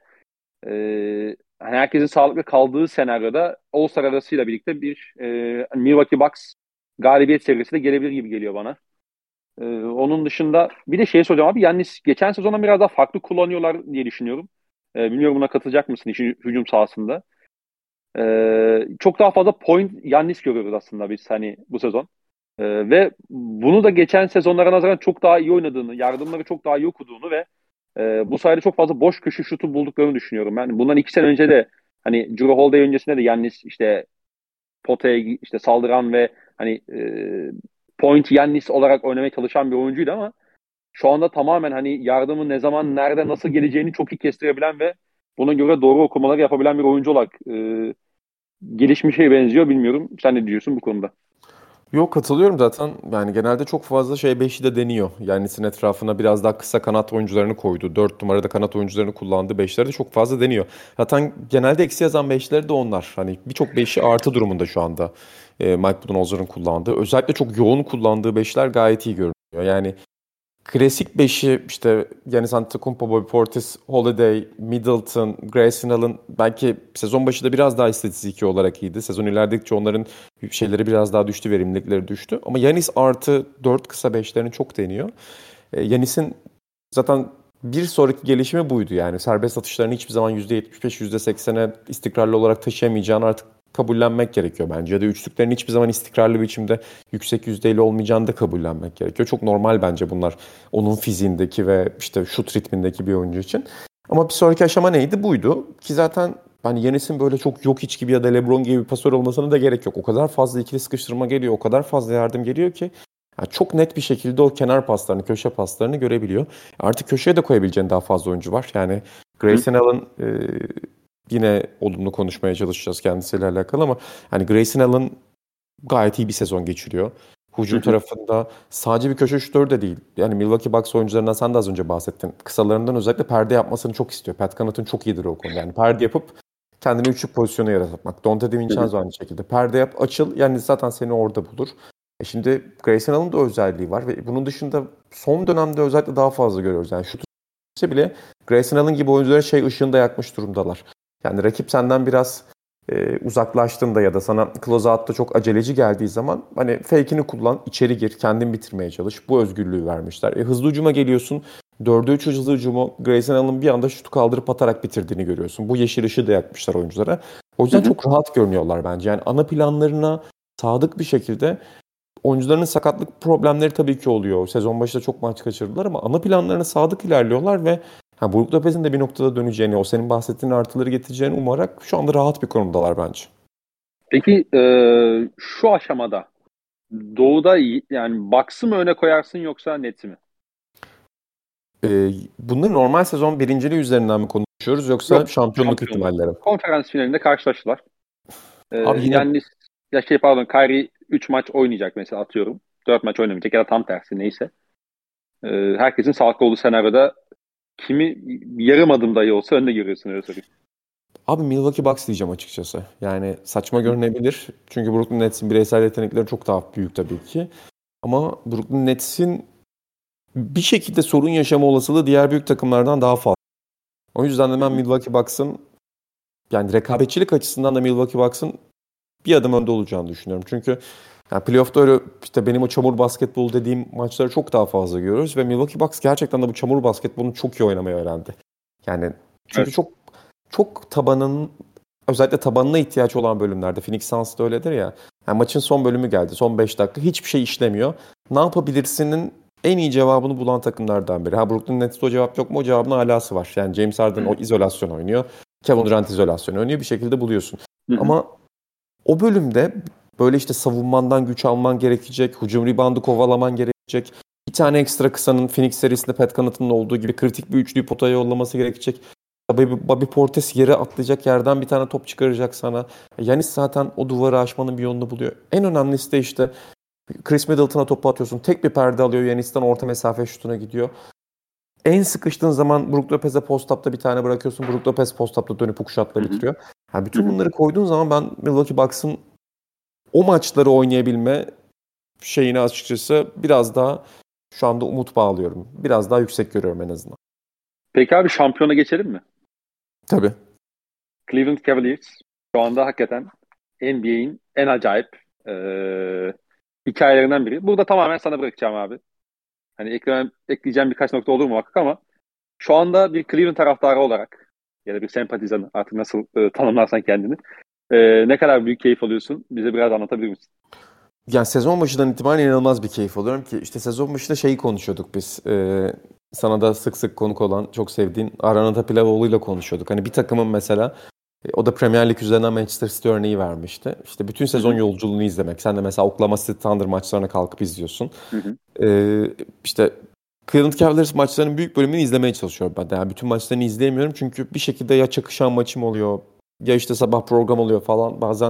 hani herkesin sağlıklı kaldığı senaryoda All-Star arasıyla birlikte bir Milwaukee Bucks galibiyet serisi de gelebilir gibi geliyor bana. Onun dışında bir de şey soracağım abi. Yannis geçen sezondan biraz daha farklı kullanıyorlar diye düşünüyorum. Bilmiyorum buna katılacak mısın işin hücum sahasında? Çok daha fazla point Yannis görüyoruz aslında biz hani bu sezon. Ve bunu da geçen sezonlara nazaran çok daha iyi oynadığını, yardımları çok daha iyi okuduğunu ve bu sayede çok fazla boş köşe şutu bulduklarını düşünüyorum. Ben bundan 2 sene önce de hani Jrue Holiday öncesinde de Yannis işte potaya işte saldıran ve hani point Yannis olarak oynamaya çalışan bir oyuncuydu ama şu anda tamamen hani yardımın ne zaman, nerede, nasıl geleceğini çok iyi kestirebilen ve buna göre doğru okumaları yapabilen bir oyuncu olarak gelişmişe benziyor. Bilmiyorum. Sen ne diyorsun bu konuda?
Yok, katılıyorum zaten. Yani genelde çok fazla şey beşi de deniyor. Yani sizin etrafına biraz daha kısa kanat oyuncularını koydu. 4 numarada kanat oyuncularını kullandığı beşleri de çok fazla deniyor. Zaten genelde eksi yazan beşleri de onlar. Hani birçok beşi artı durumunda şu anda. Mike Budenholzer'ın kullandığı. Özellikle çok yoğun kullandığı beşler gayet iyi görünüyor. Yani klasik beşi işte Giannis Antetokounmpo, Bobby Portis, Holiday, Middleton, Grayson Allen belki sezon başında biraz daha istatistiki olarak iyiydi. Sezon ilerledikçe onların şeyleri biraz daha düştü, verimlilikleri düştü. Ama Giannis artı 4 kısa beşlerini çok deniyor. Giannis'in zaten bir sonraki gelişimi buydu yani. Serbest atışlarını hiçbir zaman %75, %80'e istikrarlı olarak taşıyamayacağını artık kabullenmek gerekiyor bence. Ya da üçlüklerin hiçbir zaman istikrarlı biçimde yüksek yüzdeyle olmayacağını da kabullenmek gerekiyor. Çok normal bence bunlar onun fiziğindeki ve işte şut ritmindeki bir oyuncu için. Ama bir sonraki aşama neydi? Buydu. Ki zaten hani Yanis'in böyle çok yok hiç gibi ya da LeBron gibi bir pasör olmasına da gerek yok. O kadar fazla ikili sıkıştırma geliyor, o kadar fazla yardım geliyor ki yani çok net bir şekilde o kenar paslarını, köşe paslarını görebiliyor. Artık köşeye de koyabileceğin daha fazla oyuncu var. Yani
Hı
Grayson Allen yine olumlu konuşmaya çalışacağız kendisiyle alakalı ama hani Grayson Allen gayet iyi bir sezon geçiriyor. Hücum
hı.
tarafında sadece bir köşe şutörü de değil. Yani Milwaukee Bucks oyuncularından sen de az önce bahsettin. Kısalarından özellikle perde yapmasını çok istiyor. Pat Connaughton çok iyidir o konuda. Yani perde yapıp kendine üçlük pozisyonu yaratmak. Donte
Hı hı.
DiVincenzo aynı şekilde. Perde yap, açıl. Yani zaten seni orada bulur. Şimdi Grayson Allen'ın da özelliği var ve bunun dışında son dönemde özellikle daha fazla görüyoruz. Yani şut bile Grayson Allen gibi oyunculara şey ışığını da yakmış durumdalar. Yani rakip senden biraz uzaklaştığında ya da sana closeout'ta çok aceleci geldiği zaman hani fake'ini kullan, içeri gir, kendin bitirmeye çalış. Bu özgürlüğü vermişler. Hızlı hücuma geliyorsun. 4'e 3 hızlı hücumu Grayson Allen'ın bir anda şutu kaldırıp atarak bitirdiğini görüyorsun. Bu yeşil ışığı da yakmışlar oyunculara. O
Hı
yüzden
hı.
çok rahat görünüyorlar bence. Yani ana planlarına sadık bir şekilde oyuncuların sakatlık problemleri tabii ki oluyor. Sezon başında çok maç kaçırdılar ama ana planlarına sadık ilerliyorlar ve Brook Lopez'in de bir noktada döneceğini, o senin bahsettiğin artıları getireceğini umarak şu anda rahat bir konumdalar bence.
Peki şu aşamada Doğu'da yani Bucks'ı mı öne koyarsın yoksa Nets'i mi?
Bunları normal sezon birinciliği üzerinden mi konuşuyoruz yoksa
Yok,
şampiyonluk
şampiyonluk.
ihtimalleri mi?
Konferans finalinde karşılaştılar.
Abi yine
Yani ya pardon, Kyrie 3 maç oynayacak mesela, atıyorum. 4 maç oynamayacak ya da tam tersi, neyse. Herkesin sağlıklı olduğu senaryoda kimi yarım adım dahi olsa önde görüyorsun, öyle söyleyeyim.
abi Milwaukee Bucks diyeceğim açıkçası. Yani saçma
Hı
görünebilir. Çünkü Brooklyn Nets'in bireysel yetenekleri çok daha büyük tabii ki. Ama Brooklyn Nets'in bir şekilde sorun yaşama olasılığı diğer büyük takımlardan daha fazla. O yüzden de ben
hı.
Milwaukee Bucks'ın yani rekabetçilik açısından da Milwaukee Bucks'ın bir adım önde olacağını düşünüyorum. Çünkü yani playoff'ta öyle işte benim o çamur basketbol dediğim maçları çok daha fazla görüyoruz ve Milwaukee Bucks gerçekten de bu çamur basketbolunu çok iyi oynamayı öğrendi. Yani çünkü
Evet.
çok tabanın özellikle tabanına ihtiyaç olan bölümlerde Phoenix Suns'da öyledir ya. Yani maçın son bölümü geldi. Son 5 dakika hiçbir şey işlemiyor. Ne yapabilirsinin en iyi cevabını bulan takımlardan biri. Brooklyn Nets'te o cevap yok mu? O cevabın alası var. Yani James Harden o izolasyon oynuyor. Kevin Durant izolasyon oynuyor. Bir şekilde buluyorsun.
Hı hı.
Ama o bölümde böyle işte savunmandan güç alman gerekecek, hücum reboundu kovalaman gerekecek. Bir tane ekstra kısanın Phoenix serisinde Pat Connaughton'ın olduğu gibi kritik bir üçlüyü potaya yollaması gerekecek. Bobby Portis yere atlayacak yerden bir tane top çıkaracak sana. Yanis zaten o duvarı aşmanın bir yolunu buluyor. En önemlisi de işte Chris Middleton'a topu atıyorsun. Tek bir perde alıyor. Yanis'ten orta mesafe şutuna gidiyor. En sıkıştığın zaman Brook Lopez'e post-up'ta bir tane bırakıyorsun. Brook Lopez post-up'ta dönüp hook shot'la
Hı hı.
bitiriyor. Yani
Hı
bütün
hı.
bunları koyduğun zaman ben Milwaukee Bucks'ın o maçları oynayabilme şeyini açıkçası biraz daha şu anda umut bağlıyorum. Biraz daha yüksek görüyorum en azından.
Peki abi, şampiyona geçelim mi?
Tabii.
Cleveland Cavaliers şu anda hakikaten NBA'in en acayip hikayelerinden biri. Burada tamamen sana bırakacağım abi. Hani ekleyeceğim birkaç nokta olur mu muhakkak ama şu anda bir Cleveland taraftarı olarak ya da bir sempatizanı, artık nasıl tanımlarsan kendini, ne kadar büyük keyif alıyorsun, bize biraz anlatabilir misin?
Yani sezon başından itibaren inanılmaz bir keyif alıyorum ki işte sezon başında şeyi konuşuyorduk biz. Sana da sık sık konuk olan çok sevdiğin Arhan Atapilavoğlu'yla konuşuyorduk. Hani bir takımın mesela o da Premier Lig üzerinden Manchester City örneği vermişti. İşte bütün
Hı
sezon
hı.
yolculuğunu izlemek. Sen de mesela Oklahoma City Thunder maçlarına kalkıp izliyorsun.
Hı hı.
İşte Cleveland Cavaliers maçlarının büyük bölümünü izlemeye çalışıyorum ben de. Yani bütün maçlarını izleyemiyorum çünkü bir şekilde ya çakışan maçım oluyor ya işte sabah program oluyor falan. Bazen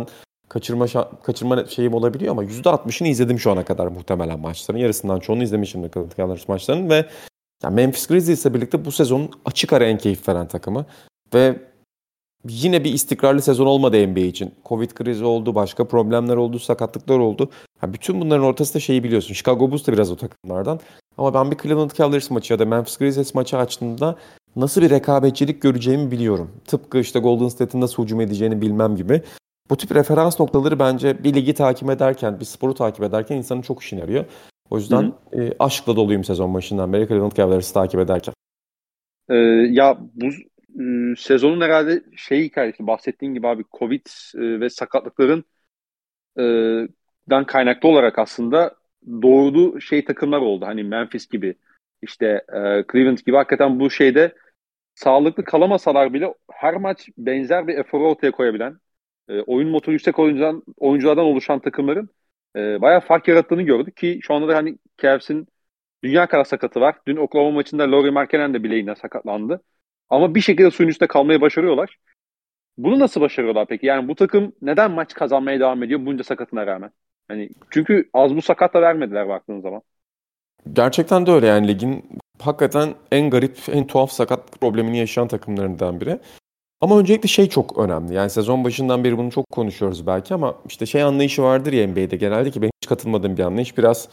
kaçırma şeyim olabiliyor ama %60'ını izledim şu ana kadar muhtemelen maçların. Yarısından çoğunu izlemişimdir Cleveland Cavaliers maçlarının ve yani Memphis Grizzlies'le birlikte bu sezonun açık ara en keyif veren takımı. Ve yine bir istikrarlı sezon olmadı NBA için. Covid krizi oldu, başka problemler oldu, sakatlıklar oldu. Ha, bütün bunların ortasında şeyi biliyorsun. Chicago Bulls da biraz o takımlardan. Ama ben bir Cleveland Cavaliers maçı ya da Memphis Grizzlies maçı açtığımda nasıl bir rekabetçilik göreceğimi biliyorum. Tıpkı işte Golden State'in nasıl hücum edeceğini bilmem gibi. Bu tip referans noktaları bence bir ligi takip ederken, bir sporu takip ederken insanın çok işine yarıyor. O
Hı
yüzden
hı.
aşkla doluyum sezon başından beri Cleveland Cavaliers'ı takip ederken.
Ee, Ya bu sezonun herhalde şey hikayesi bahsettiğin gibi abi Covid ve sakatlıkların e, dan kaynaklı olarak aslında doğurduğu şey takımlar oldu. Hani Memphis gibi işte Cleveland gibi hakikaten bu şeyde sağlıklı kalamasalar bile her maç benzer bir eforu ortaya koyabilen oyun motoru yüksek oyunculardan oluşan takımların bayağı fark yarattığını gördük ki şu anda da hani Cavs'in dünya kadar sakatı var. Dün Oklahoma maçında Lauri Markkanen de bileğinden sakatlandı. Ama bir şekilde suyun üstünde kalmayı başarıyorlar. Bunu nasıl başarıyorlar peki? Yani bu takım neden maç kazanmaya devam ediyor bunca sakatına rağmen? Hani çünkü az bu sakat da vermediler baktığın zaman.
Gerçekten de öyle yani ligin hakikaten en garip, en tuhaf sakatlık problemini yaşayan takımlarından biri. Ama öncelikle şey çok önemli. Yani sezon başından beri bunu çok konuşuyoruz belki ama işte şey anlayışı vardır ya NBA'de genelde ki benim hiç katılmadığım bir anlayış. Biraz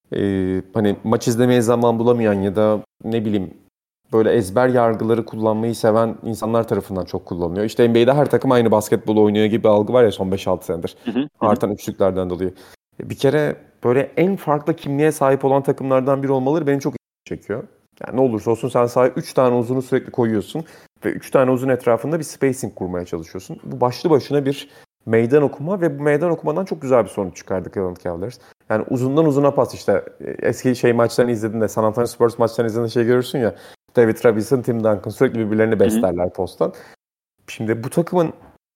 hani maç izlemeye zaman bulamayan ya da ne bileyim böyle ezber yargıları kullanmayı seven insanlar tarafından çok kullanılıyor. İşte NBA'de her takım aynı basketbol oynuyor gibi bir algı var ya son 5-6 senedir.
Hı hı, hı hı.
Artan üçlüklerden dolayı. Bir kere böyle en farklı kimliğe sahip olan takımlardan biri olmaları beni çok çekiyor. Yani ne olursa olsun sen sahaya 3 tane uzunu sürekli koyuyorsun ve 3 tane uzun etrafında bir spacing kurmaya çalışıyorsun. Bu başlı başına bir meydan okuma ve bu meydan okumadan çok güzel bir sonuç çıkardı Cleveland Cavaliers. Yani uzundan uzuna pas işte eski şey maçlarını izlediğinde San Antonio Spurs maçlarını izlediğinde şey görürsün ya David Robinson, Tim Duncan sürekli birbirlerini
Hı hı.
beslerler posttan. Şimdi bu takımın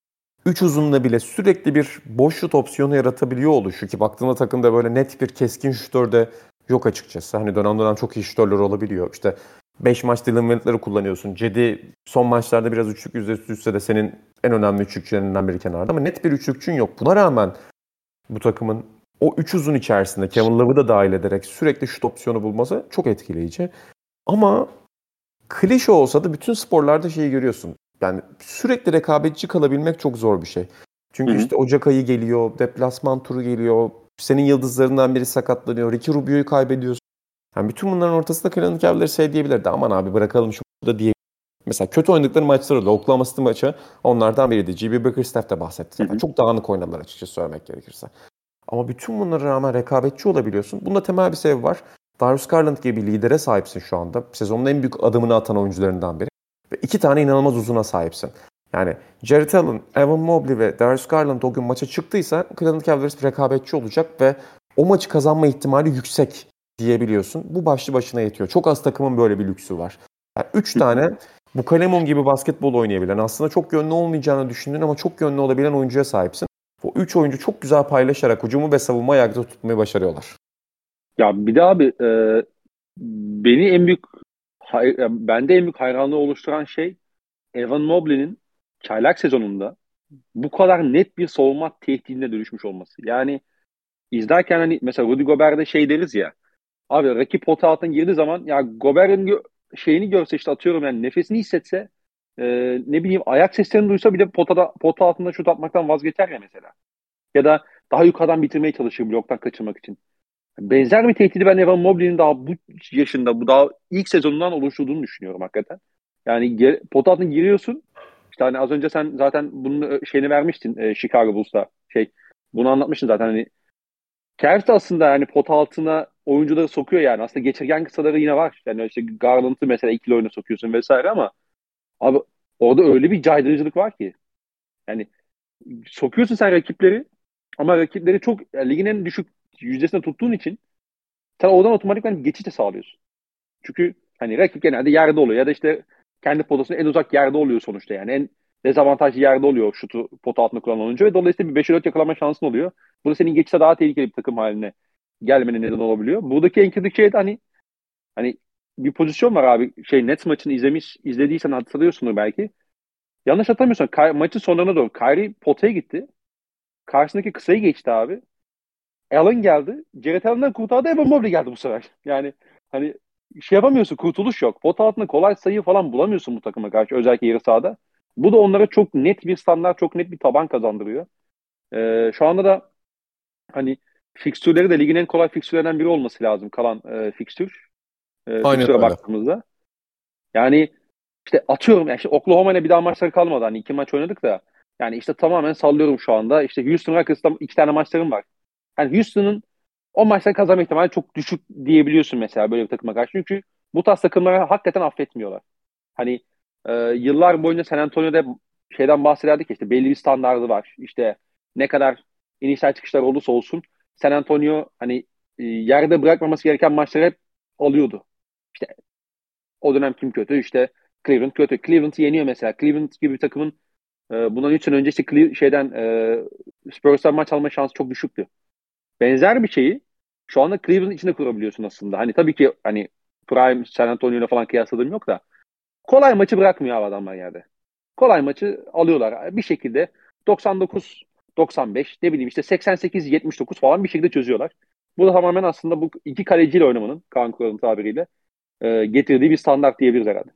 3 uzunla bile sürekli bir boş şut opsiyonu yaratabiliyor oluşu ki baktığında takımda böyle net bir keskin şutör de yok açıkçası. Hani dönem dönem çok iyi şutörler olabiliyor. İşte 5 maç Dylan Windler'ı kullanıyorsun. Cedi son maçlarda biraz üçlük yüzdesi düşse de senin en önemli üçlükçülerinden biri kenarda ama net bir üçlükçün yok. Buna rağmen bu takımın o 3 uzun içerisinde Kevin Love'ı da dahil ederek sürekli şut opsiyonu bulması çok etkileyici. Ama klişe olsa da bütün sporlarda şeyi görüyorsun. Yani sürekli rekabetçi kalabilmek çok zor bir şey.
Hı
Çünkü
hı.
işte Ocak ayı geliyor, deplasman turu geliyor, senin yıldızlarından biri sakatlanıyor, Ricky Rubio'yu kaybediyorsun. Yani bütün bunların ortasında Cleveland Cavaliers şey diyebilirdi. Aman abi bırakalım şu da diye. Mesela kötü oynadıkları maçlar oldu. Oklahoma City maçı onlardan biriydi. GB Bickerstaff de bahsetti
Hı
zaten.
hı.
Çok dağınık oynadılar açıkçası söylemek gerekirse. Ama bütün bunlara rağmen rekabetçi olabiliyorsun. Bunda temel bir sebep var. Darius Garland gibi bir lidere sahipsin şu anda. Sezonun en büyük adımını atan oyuncularından biri. Ve 2 tane inanılmaz uzuna sahipsin. Yani Jarrett Allen, Evan Mobley ve Darius Garland o gün maça çıktıysa Cleveland Cavaliers rekabetçi olacak ve o maçı kazanma ihtimali yüksek diyebiliyorsun. Bu başlı başına yetiyor. Çok az takımın böyle bir lüksü var. Yani 3 tane bu Lemon gibi basketbol oynayabilen, aslında çok yönlü olmayacağını düşündüğün ama çok yönlü olabilen oyuncuya sahipsin. Bu 3 oyuncu çok güzel paylaşarak hücumu ve savunma ayakta tutmayı başarıyorlar.
Ya bir de abi beni en büyük bende en büyük hayranlığı oluşturan şey Evan Mobley'nin çaylak sezonunda bu kadar net bir savunma tehdidine dönüşmüş olması. Yani izlerken hani mesela Rudy Gobert'de şey deriz ya abi rakip pota altına girdiği zaman ya Gobert'in şeyini görse işte atıyorum yani nefesini hissetse ne bileyim ayak seslerini duysa bile pota altında şut atmaktan vazgeçer ya mesela. Ya da daha yukarıdan bitirmeye çalışır bloktan kaçırmak için. Benzer bir tehdidi ben Evan Mobley'nin daha bu yaşında, bu daha ilk sezonundan oluşturduğunu düşünüyorum hakikaten. Yani pota altına giriyorsun. İşte hani az önce sen zaten bunun şeyini vermiştin Chicago Bulls'ta. Bunu anlatmıştın zaten hani Cavs de aslında yani pota altına oyuncuları sokuyor yani. Aslında geçirgen kısaları yine var. Yani işte Garland'ı mesela ikili oyuna sokuyorsun vesaire ama abi orada öyle bir caydırıcılık var ki. Yani sokuyorsun sen rakipleri. Ama rakipleri çok ligin en düşük yüzdesinde tuttuğun için sen oradan otomatikman geçiş de sağlıyorsun. Çünkü hani rakip genelde yerde oluyor ya da işte kendi potasının en uzak yerde oluyor sonuçta yani. En dezavantajlı yerde oluyor şutu pota altında kullanan oyuncu ve dolayısıyla bir 5'e 4 yakalama şansın oluyor. Bu da senin geçişte daha tehlikeli bir takım haline gelmenin neden olabiliyor. Buradaki en kritik şey de hani bir pozisyon var abi. Nets maçını izlediysen hatırlıyorsundur belki. Yanlış hatırlamıyorsan maçın sonlarına doğru Kyrie potaya gitti. Karşısındaki kısayı geçti abi. Allen geldi. Jared Allen'dan kurtardı. Evan Mobley geldi bu sefer. Yani hani yapamıyorsun. Kurtuluş yok. Pot altında kolay sayı falan bulamıyorsun bu takıma karşı. Özellikle yarı sahada. Bu da onlara çok net bir standart, çok net bir taban kazandırıyor. Şu anda da hani fikstürleri de ligin en kolay fikstürlerinden biri olması lazım kalan fikstür.
Aynen
Fikstüre
öyle.
baktığımızda. Yani işte atıyorum yani işte Oklahoma ile bir daha maçları kalmadı. Hani 2 maç oynadık da. Yani işte tamamen sallıyorum şu anda. İşte Houston Rockets'ta 2 tane maçlarım var. Yani Houston'ın o maçları kazanma ihtimali çok düşük diyebiliyorsun mesela böyle bir takıma karşı. Çünkü bu tarz takımları hakikaten affetmiyorlar. Hani yıllar boyunca San Antonio'da şeyden bahsederdik ya, işte belli bir standardı var. İşte ne kadar inişler çıkışlar olursa olsun San Antonio hani yerde bırakmaması gereken maçları hep alıyordu. İşte o dönem kim kötü? İşte Cleveland kötü. Cleveland'ı yeniyor mesela. Cleveland gibi bir takımın bundan 3 sene önce işte Spurs'tan maç alma şansı çok düşüktü. Benzer bir şeyi şu anda Cleveland içinde kurabiliyorsun aslında. Hani tabii ki hani Prime San Antonio ile falan kıyasladığım yok da kolay maçı bırakmıyor abi adamlar yerde. Kolay maçı alıyorlar. Bir şekilde 99 95 ne bileyim işte 88 79 falan bir şekilde çözüyorlar. Bu da tamamen aslında bu iki kaleciyle oynamanın Kaan Kural'ın tabiriyle getirdiği bir standart diyebiliriz herhalde.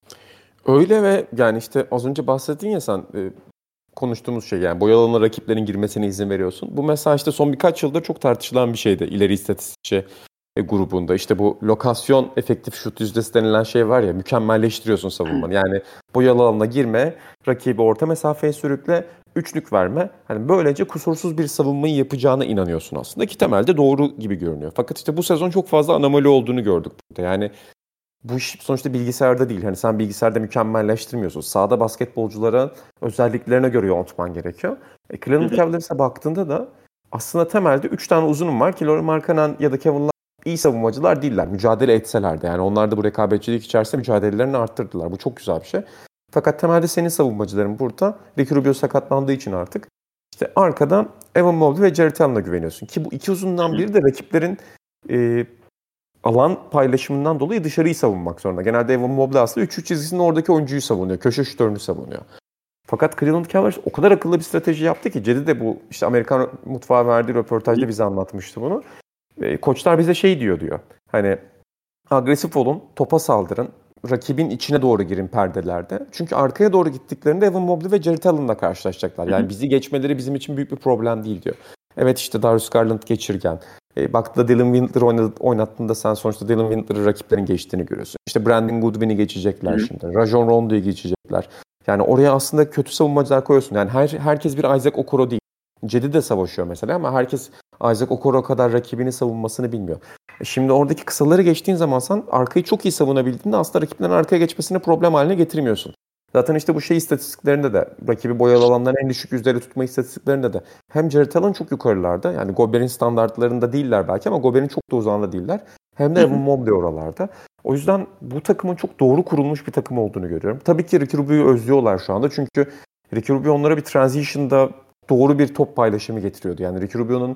Öyle ve yani işte az önce bahsettin ya sen konuştuğumuz şey yani boyalı alana rakiplerin girmesine izin veriyorsun. Bu mesela işte son birkaç yılda çok tartışılan bir şeydi ileri istatistikçi grubunda. İşte bu lokasyon efektif şut yüzdesi denilen şey var ya, mükemmelleştiriyorsun savunmanı. Yani boyalı alana girme, rakibi orta mesafeye sürükle, üçlük verme. Hani böylece kusursuz bir savunmayı yapacağına inanıyorsun aslında ki temelde doğru gibi görünüyor. Fakat işte bu sezon çok fazla anomali olduğunu gördük burada. Yani bu iş sonuçta bilgisayarda değil. Hani sen bilgisayarda mükemmelleştirmiyorsun. Sahada basketbolculara özelliklerine göre yontman gerekiyor.
Hı
Cleveland
hı.
Cavaliers'a baktığında da aslında temelde 3 tane uzunum var ki Lauri Markkanen ya da Kevin Love iyi savunmacılar değiller. Mücadele etseler de yani onlar da bu rekabetçilik içerisinde mücadelelerini arttırdılar. Bu çok güzel bir şey. Fakat temelde senin savunmacıların burada Ricky Rubio sakatlandığı için artık işte arkada Evan Mobley ve Jarrett Allen'a güveniyorsun. Ki bu iki uzundan biri de rakiplerin e, alan paylaşımından dolayı dışarıyı savunmak zorunda. Genelde Evan Mobley aslında 3-3 çizgisinde oradaki oyuncuyu savunuyor. Köşe şutörünü savunuyor. Fakat Cleveland Cavaliers o kadar akıllı bir strateji yaptı ki Cedi de bu işte Amerikan mutfağı verdiği röportajda bize anlatmıştı bunu. Koçlar bize şey diyor. Hani agresif olun, topa saldırın, rakibin içine doğru girin perdelerde. Çünkü arkaya doğru gittiklerinde Evan Mobley ve Jarrett Allen'la karşılaşacaklar.
Hı hı.
Yani bizi geçmeleri bizim için büyük bir problem değil diyor. Evet işte Darius Garland geçirgen. Baktığında Dylan Windler oynattığında sen sonuçta Dylan Windler'ı rakiplerin geçtiğini görüyorsun. İşte Brandon Goodwin'i geçecekler
Hı
şimdi. Rajon Rondo'yu geçecekler. Yani oraya aslında kötü savunmacılar koyuyorsun. Yani herkes bir Isaac Okoro değil. Cedi de savaşıyor mesela ama herkes Isaac Okoro kadar rakibini savunmasını bilmiyor. Şimdi oradaki kısaları geçtiğin zaman sen arkayı çok iyi savunabildiğinde aslında rakiplerin arkaya geçmesini problem haline getirmiyorsun. Zaten işte bu istatistiklerinde de rakibi boyalı alanların en düşük yüzdeleri tutma istatistiklerinde de hem Jarrett Allen çok yukarılarda yani Gobert'in standartlarında değiller belki ama Gobert'in çok da uzağında değiller. Hem de
hı.
Evan Mobley oralarda. O yüzden bu takımın çok doğru kurulmuş bir takım olduğunu görüyorum. Tabii ki Ricky Rubio'yu özlüyorlar şu anda çünkü Ricky Rubio onlara bir transition'da doğru bir top paylaşımı getiriyordu. Yani Ricky Rubio'nun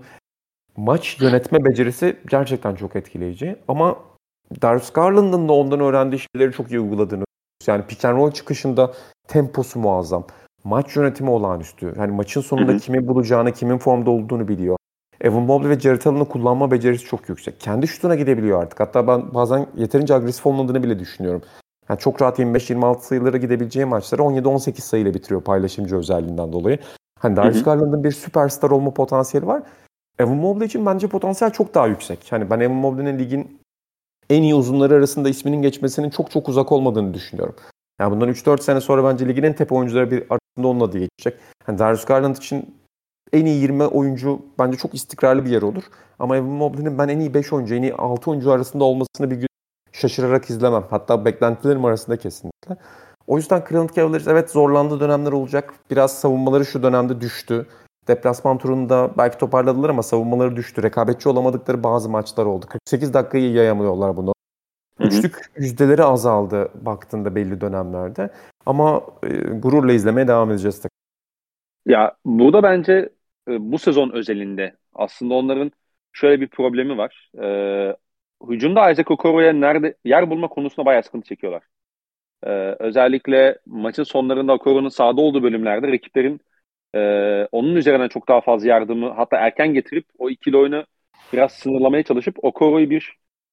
maç yönetme becerisi gerçekten çok etkileyici. Ama Darius Garland'ın da ondan öğrendiği şeyleri çok iyi uyguladığını. Yani pick and roll çıkışında temposu muazzam. Maç yönetimi olağanüstü. Yani maçın
Hı
sonunda
hı.
kimi bulacağını, kimin formda olduğunu biliyor. Evan Mobley ve Jarrett Allen'ı kullanma becerisi çok yüksek. Kendi şutuna gidebiliyor artık. Hatta ben bazen yeterince agresif olmadığını bile düşünüyorum. Yani çok rahat 25-26 sayılara gidebileceği maçları 17-18 sayıyla bitiriyor paylaşımcı özelliğinden dolayı. Hani
Hı
Darius
hı.
Garland'ın bir süperstar olma potansiyeli var. Evan Mobley için bence potansiyel çok daha yüksek. Hani ben Evan Mobley'nin ligin en iyi uzunları arasında isminin geçmesinin çok çok uzak olmadığını düşünüyorum. Yani bundan 3-4 sene sonra bence ligin en tepe oyuncuları bir arasında onun adı geçecek. Yani Darius Garland için en iyi 20 oyuncu bence çok istikrarlı bir yer olur. Ama Evan Mobley'nin ben en iyi 5 oyuncu, en iyi 6 oyuncu arasında olmasını bir gün şaşırarak izlemem. Hatta beklentilerim arasında kesinlikle. O yüzden Cleveland Cavaliers evet zorlandığı dönemler olacak. Biraz savunmaları şu dönemde düştü. Deplasman turunda belki toparladılar ama savunmaları düştü. Rekabetçi olamadıkları bazı maçlar oldu. 48 dakikayı yayamıyorlar bunu. Üçlük yüzdeleri azaldı baktığında belli dönemlerde. Ama gururla izlemeye devam edeceğiz.
Ya burada bence bu sezon özelinde aslında onların şöyle bir problemi var. Hücumda Isaac Okoro'ya nerede yer bulma konusunda bayağı sıkıntı çekiyorlar. Özellikle maçın sonlarında Okoro'nun sahada olduğu bölümlerde rakiplerin onun üzerine çok daha fazla yardımı hatta erken getirip o ikili oyunu biraz sınırlamaya çalışıp Okoro'yu bir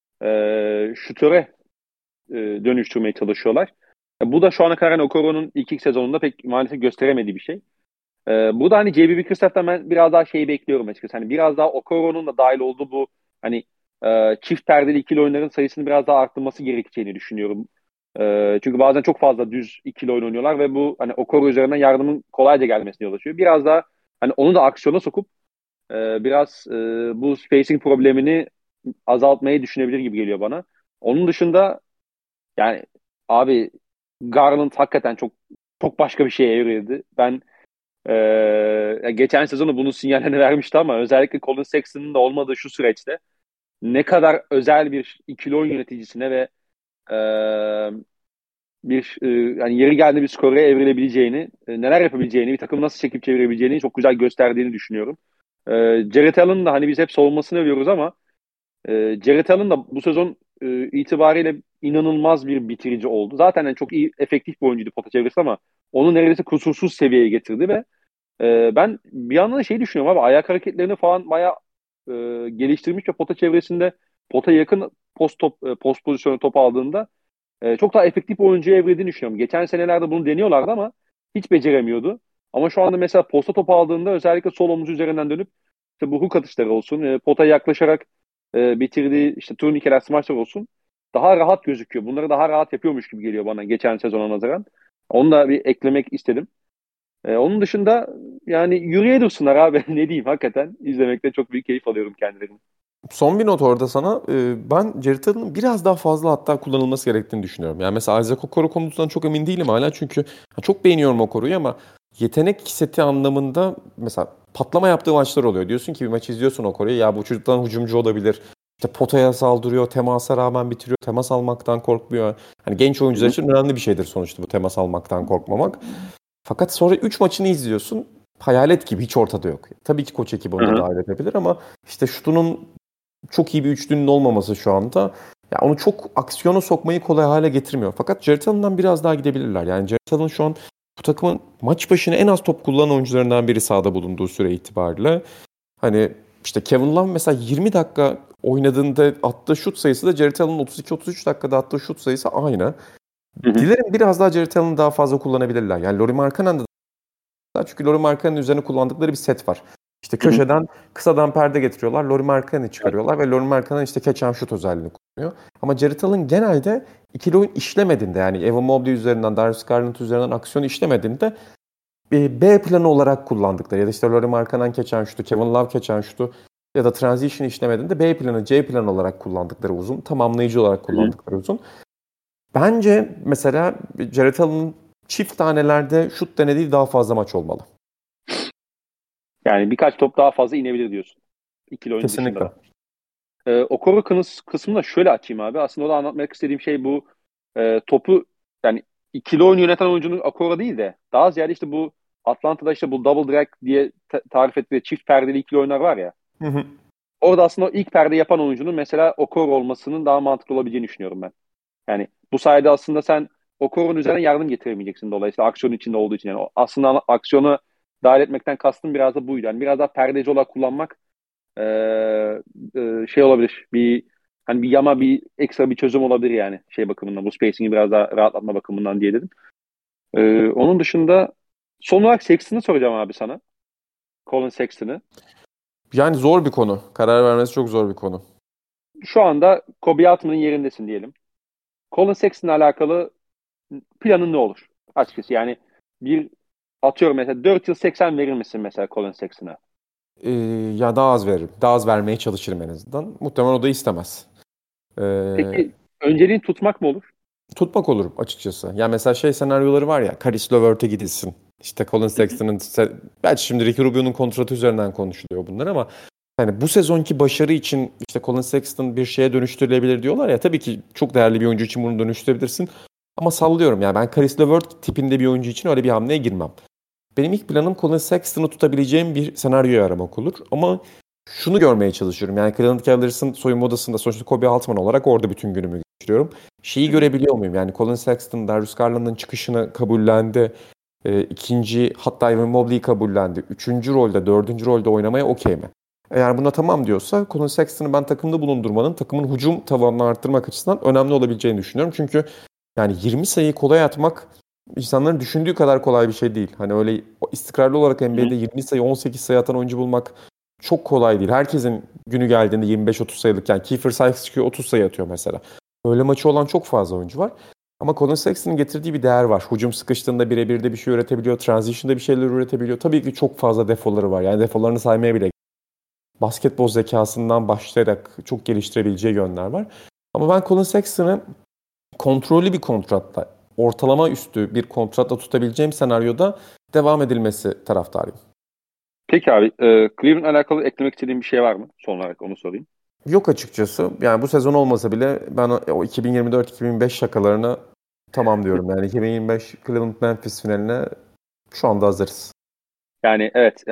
şutöre dönüştürmeye çalışıyorlar. Bu da şu ana kadar hani Okoro'nun ilk sezonunda pek maalesef gösteremediği bir şey. Burada hani JB Bickerstaff'tan ben biraz daha şeyi bekliyorum açıkçası. Hani biraz daha Okoro'nun da dahil olduğu bu hani çift perdeli ikili oyunların sayısını biraz daha arttırması gerekeceğini düşünüyorum. Çünkü bazen çok fazla düz ikili oyun oynuyorlar ve bu hani Okoro üzerinden yardımın kolayca gelmesine yol açıyor. Biraz daha hani onu da aksiyona sokup biraz bu spacing problemini azaltmayı düşünebilir gibi geliyor bana. Onun dışında yani abi Garland hakikaten çok çok başka bir şeye evrildi. Ben geçen sezonu bunun sinyalini vermişti ama özellikle Colin Sexton'ın da olmadığı şu süreçte ne kadar özel bir ikili oyun yöneticisine ve e, bir yani yeri geldiğinde bir skoreye evrilebileceğini, neler yapabileceğini, bir takım nasıl çekip çevirebileceğini çok güzel gösterdiğini düşünüyorum. Jared Allen da hani biz hep savunmasını övüyoruz ama Jared Allen da bu sezon itibariyle inanılmaz bir bitirici oldu. Zaten yani çok iyi, efektif bir oyuncuydu pota çevresi ama onu neredeyse kusursuz seviyeye getirdi ve ben bir yandan da şey düşünüyorum abi ayak hareketlerini falan bayağı geliştirmiş ve pota çevresinde pota yakın post pozisyonu top aldığında çok daha efektif bir oyuncuya evrildiğini düşünüyorum. Geçen senelerde bunu deniyorlardı ama hiç beceremiyordu. Ama şu anda mesela posta top aldığında özellikle sol omuz üzerinden dönüp işte bu hook atışları olsun, potaya yaklaşarak bitirdiği işte turnikeler, smaçlar olsun daha rahat gözüküyor. Bunları daha rahat yapıyormuş gibi geliyor bana geçen sezona nazaran. Onu da bir eklemek istedim. Onun dışında yani yürüye dursunlar abi ne diyeyim hakikaten izlemekte çok büyük keyif alıyorum kendilerini.
Son bir not orada sana. Ben Jared Allen'ın biraz daha fazla hatta kullanılması gerektiğini düşünüyorum. Yani mesela Isaac Okoro konusundan çok emin değilim hala çünkü çok beğeniyorum Okoro'yu ama yetenek seti anlamında mesela patlama yaptığı maçlar oluyor. Diyorsun ki bir maç izliyorsun Okoro'yu ya bu çocuktan hücumcu olabilir. İşte potaya saldırıyor, temasa rağmen bitiriyor, temas almaktan korkmuyor. Hani genç oyuncular için önemli bir şeydir sonuçta bu temas almaktan korkmamak. Fakat sonra 3 maçını izliyorsun. Hayalet gibi hiç ortada yok. Tabii ki koç ekibi onu da dahil edebilir ama işte şutunun çok iyi bir üçlünün olmaması şu anda ya onu çok aksiyona sokmayı kolay hale getirmiyor. Fakat Jared Allen'dan biraz daha gidebilirler. Yani Jared Allen şu an bu takımın maç başına en az top kullanan oyuncularından biri sahada bulunduğu süre itibariyle. Hani işte Kevin Love mesela 20 dakika oynadığında attığı şut sayısı da Jared Allen'ın 32-33 dakikada attığı şut sayısı aynı. Dilerim biraz daha Jared Allen'ı daha fazla kullanabilirler. Yani Lauri Markkanen'da çünkü Lauri Markkanen'in üzerine kullandıkları bir set var. İşte köşeden kısadan perde getiriyorlar. Lauri Markkanen'i çıkarıyorlar ve Lauri Markkanen işte catch and shoot özelliğini kullanıyor. Ama Jared Allen genelde ikili oyun işlemediğinde yani Evan Mobley üzerinden, Darius Garland üzerinden aksiyon işlemediğinde B planı olarak kullandıkları ya da işte Lauri Markkanen catch and shoot'u, Kevin Love catch and shoot'u ya da transition işlemediğinde B planı, C planı olarak kullandıkları uzun, tamamlayıcı olarak kullandıkları uzun. Bence mesela Jared Allen'ın çift tanelerde şut denediği daha fazla maç olmalı.
Yani birkaç top daha fazla inebilir diyorsun. İkili oyun
Kesinlikle.
dışında da. Okoro kısmını da şöyle açayım abi. Aslında o da anlatmak istediğim şey bu topu yani ikili oyun yöneten oyuncunun Okoro değil de daha ziyade işte bu Atlanta'da işte bu double drag diye tarif ettiği çift perdeli ikili oyunlar var ya.
Hı hı.
Orada aslında o ilk perde yapan oyuncunun mesela Okoro olmasının daha mantıklı olabileceğini düşünüyorum ben. Yani bu sayede aslında sen Okoro'nun üzerine yardım getiremeyeceksin dolayısıyla aksiyonun içinde olduğu için. Yani aslında aksiyonu dahil etmekten kastım biraz da buydu. Yani biraz daha perdeci olarak kullanmak şey olabilir. Hani bir yama bir ekstra bir çözüm olabilir yani şey bakımından. Bu spacing'i biraz daha rahatlatma bakımından diye dedim. Onun dışında son olarak Sexton'ı soracağım abi sana. Colin Sexton'ı.
Yani zor bir konu. Karar vermesi çok zor bir konu.
Şu anda Kobe Altman'ın yerindesin diyelim. Colin Sexton'la alakalı planın ne olur? Açıkçası yani bir atıyorum mesela 4 yıl 80 verir misin mesela Colin Sexton'a?
Ya daha az veririm. Daha az vermeye çalışırım en azından. Muhtemelen o da istemez. Ee,
Peki önceliğin tutmak mı olur?
Tutmak olurum açıkçası. Yani mesela şey senaryoları var ya. Caris LeVert'e gidilsin. İşte Colin Sexton'ın belki şimdi Ricky Rubio'nun kontratı üzerinden konuşuluyor bunlar ama hani bu sezonki başarı için işte Colin Sexton bir şeye dönüştürülebilir diyorlar ya, tabii ki çok değerli bir oyuncu için bunu dönüştürebilirsin. Ama sallıyorum yani, ben Caris LeVert tipinde bir oyuncu için öyle bir hamleye girmem. Benim ilk planım Colin Sexton'ı tutabileceğim bir senaryoyu aramak olur. Ama şunu görmeye çalışıyorum. Yani Cleveland Cavaliers'ın soyunma odasında sonuçta Kobe Altman olarak orada bütün günümü geçiriyorum. Şeyi görebiliyor muyum? Yani Colin Sexton, Darius Garland'ın çıkışını kabullendi. İkinci, hatta Evan Mobley'i kabullendi. Üçüncü rolde, dördüncü rolde oynamaya okey mi? Eğer buna tamam diyorsa Colin Sexton'ı ben takımda bulundurmanın takımın hücum tavanını arttırmak açısından önemli olabileceğini düşünüyorum. Çünkü yani 20 sayıyı kolay atmak insanların düşündüğü kadar kolay bir şey değil. Hani öyle istikrarlı olarak NBA'de 20 sayı, 18 sayı atan oyuncu bulmak çok kolay değil. Herkesin günü geldiğinde 25-30 sayılık, yani Kiefer Sykes çıkıyor 30 sayı atıyor mesela. Öyle maçı olan çok fazla oyuncu var. Ama Colin Sexton'ın getirdiği bir değer var. Hücum sıkıştığında birebir de bir şey üretebiliyor. Transition'da bir şeyler üretebiliyor. Tabii ki çok fazla defoları var. Yani defolarını saymaya bile, basketbol zekasından başlayarak çok geliştirebileceği yönler var. Ama ben Colin Sexton'ı kontrollü bir kontratla, ortalama üstü bir kontratla tutabileceğim senaryoda devam edilmesi taraftarıyım.
Peki abi, Cleveland'la alakalı eklemek istediğin bir şey var mı? Son olarak onu sorayım.
Yok açıkçası. Yani bu sezon olmasa bile ben o 2024-2025 şakalarına tamam diyorum. Yani 2025 Cleveland-Memphis finaline şu anda hazırız.
Yani evet,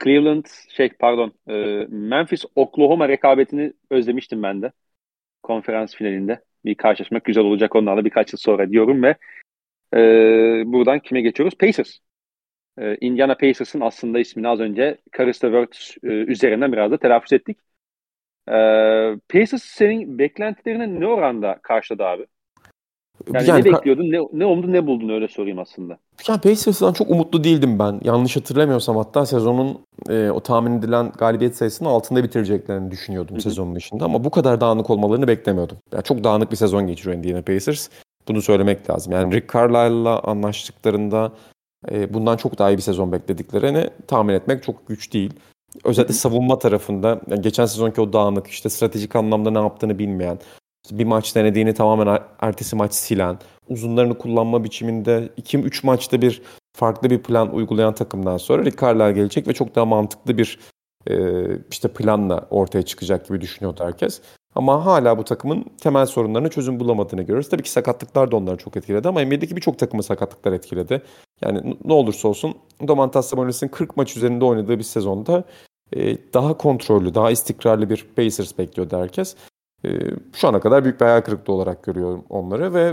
Memphis Oklahoma rekabetini özlemiştim ben de. Konferans finalinde bir karşılaşmak güzel olacak onlarla birkaç yıl sonra diyorum ve buradan kime geçiyoruz? Pacers. Indiana Pacers'ın aslında ismini az önce Caris LeVert üzerinden biraz da telaffuz ettik. Pacers senin beklentilerine ne oranda karşıladı abi? Yani ne
Yani,
bekliyordun, ne oldu, ne buldun, öyle sorayım aslında.
yani Pacers'dan çok umutlu değildim ben. Yanlış hatırlamıyorsam hatta sezonun o tahmin edilen galibiyet sayısının altında bitireceklerini düşünüyordum sezonun dışında. Ama bu kadar dağınık olmalarını beklemiyordum. Yani çok dağınık bir sezon geçiriyor Indiana Pacers. Bunu söylemek lazım. Yani Rick Carlisle'la anlaştıklarında bundan çok daha iyi bir sezon beklediklerini tahmin etmek çok güç değil. Özellikle savunma tarafında yani geçen sezonki o dağınık, işte stratejik anlamda ne yaptığını bilmeyen, bir maç denediğini tamamen ertesi maç silen, uzunlarını kullanma biçiminde 2-3 maçta bir farklı bir plan uygulayan takımdan sonra Rick Carlisle gelecek ve çok daha mantıklı bir işte planla ortaya çıkacak gibi düşünüyordu herkes. Ama hala bu takımın temel sorunlarına çözüm bulamadığını görüyoruz. Tabii ki sakatlıklar da onları çok etkiledi ama NBA'deki birçok takımı sakatlıklar etkiledi. Yani ne olursa olsun Domantas Sabonis'in 40 maç üzerinde oynadığı bir sezonda daha kontrollü, daha istikrarlı bir Pacers bekliyordu herkes. Şu ana kadar büyük bir hayal kırıklığı olarak görüyorum onları ve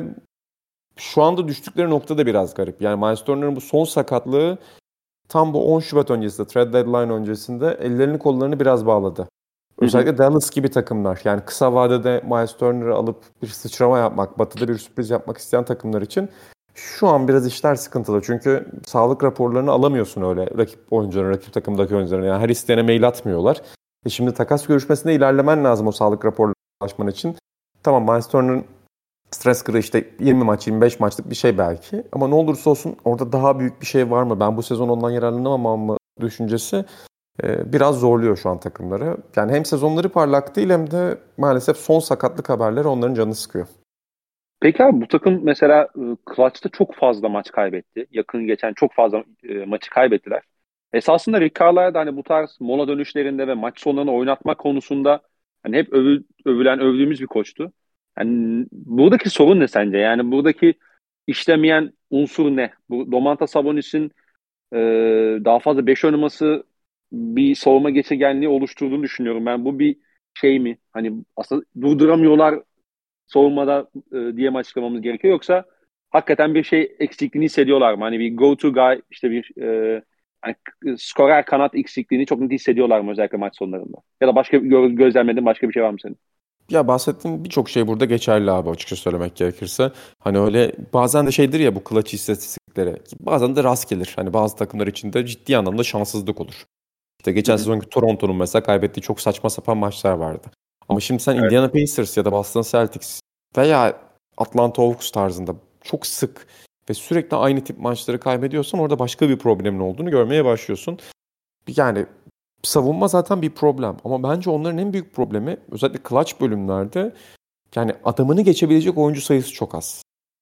şu anda düştükleri nokta da biraz garip. Yani Miles Turner'ın bu son sakatlığı tam bu 10 Şubat öncesinde, trade deadline öncesinde ellerini kollarını biraz bağladı. Özellikle Dallas gibi takımlar, yani kısa vadede Miles Turner'ı alıp bir sıçrama yapmak, batıda bir sürpriz yapmak isteyen takımlar için şu an biraz işler sıkıntılı. Çünkü sağlık raporlarını alamıyorsun öyle rakip oyuncuların, rakip takımdaki oyuncuların. Yani her isteyene mail atmıyorlar. Şimdi takas görüşmesinde ilerlemen lazım o sağlık raporlarına ulaşman için. Tamam, Miles Turner'ın stres kırığı işte 20 maç, 25 maçlık bir şey belki. Ama ne olursa olsun orada daha büyük bir şey var mı? Ben bu sezon ondan yararlanamam mı düşüncesi biraz zorluyor şu an takımları. Yani hem sezonları parlak değil hem de maalesef son sakatlık haberleri onların canını sıkıyor.
Peki abi, bu takım mesela clutch'ta çok fazla maç kaybetti. Yakın geçen çok fazla maçı kaybettiler. Esasında Rick Carlisle da hani bu tarz mola dönüşlerinde ve maç sonlarını oynatma konusunda hani hep övdüğümüz bir koçtu. Yani buradaki sorun ne sence? Yani buradaki işlemeyen unsur ne? Bu Domantas Sabonis'in e, daha fazla 5 oynaması bir savunma geçirgenliği oluşturduğunu düşünüyorum. Ben bu bir şey mi? Hani aslında durduramıyorlar savunmada diye mi açıklamamız gerekiyor, yoksa hakikaten bir şey eksikliğini hissediyorlar mı? Hani bir go to guy, işte bir hani skorer kanat eksikliğini çok net hissediyorlar mı özellikle maç sonlarında? Ya da başka gözlemlediğin başka bir şey var mı senin?
Ya bahsettiğim birçok şey burada geçerli abi, açıkça söylemek gerekirse. Hani öyle bazen de şeydir ya bu clutch istatistikleri. Bazen de rast gelir. Hani bazı takımlar için de ciddi anlamda şanssızlık olur. İşte
Hı
geçen
hı.
sezonki Toronto'nun mesela kaybettiği çok saçma sapan maçlar vardı. Ama şimdi sen
Evet.
Indiana Pacers ya da Boston Celtics veya Atlanta Hawks tarzında çok sık ve sürekli aynı tip maçları kaybediyorsan orada başka bir problemin olduğunu görmeye başlıyorsun. Yani savunma zaten bir problem ama bence onların en büyük problemi özellikle clutch bölümlerde yani adamını geçebilecek oyuncu sayısı çok az.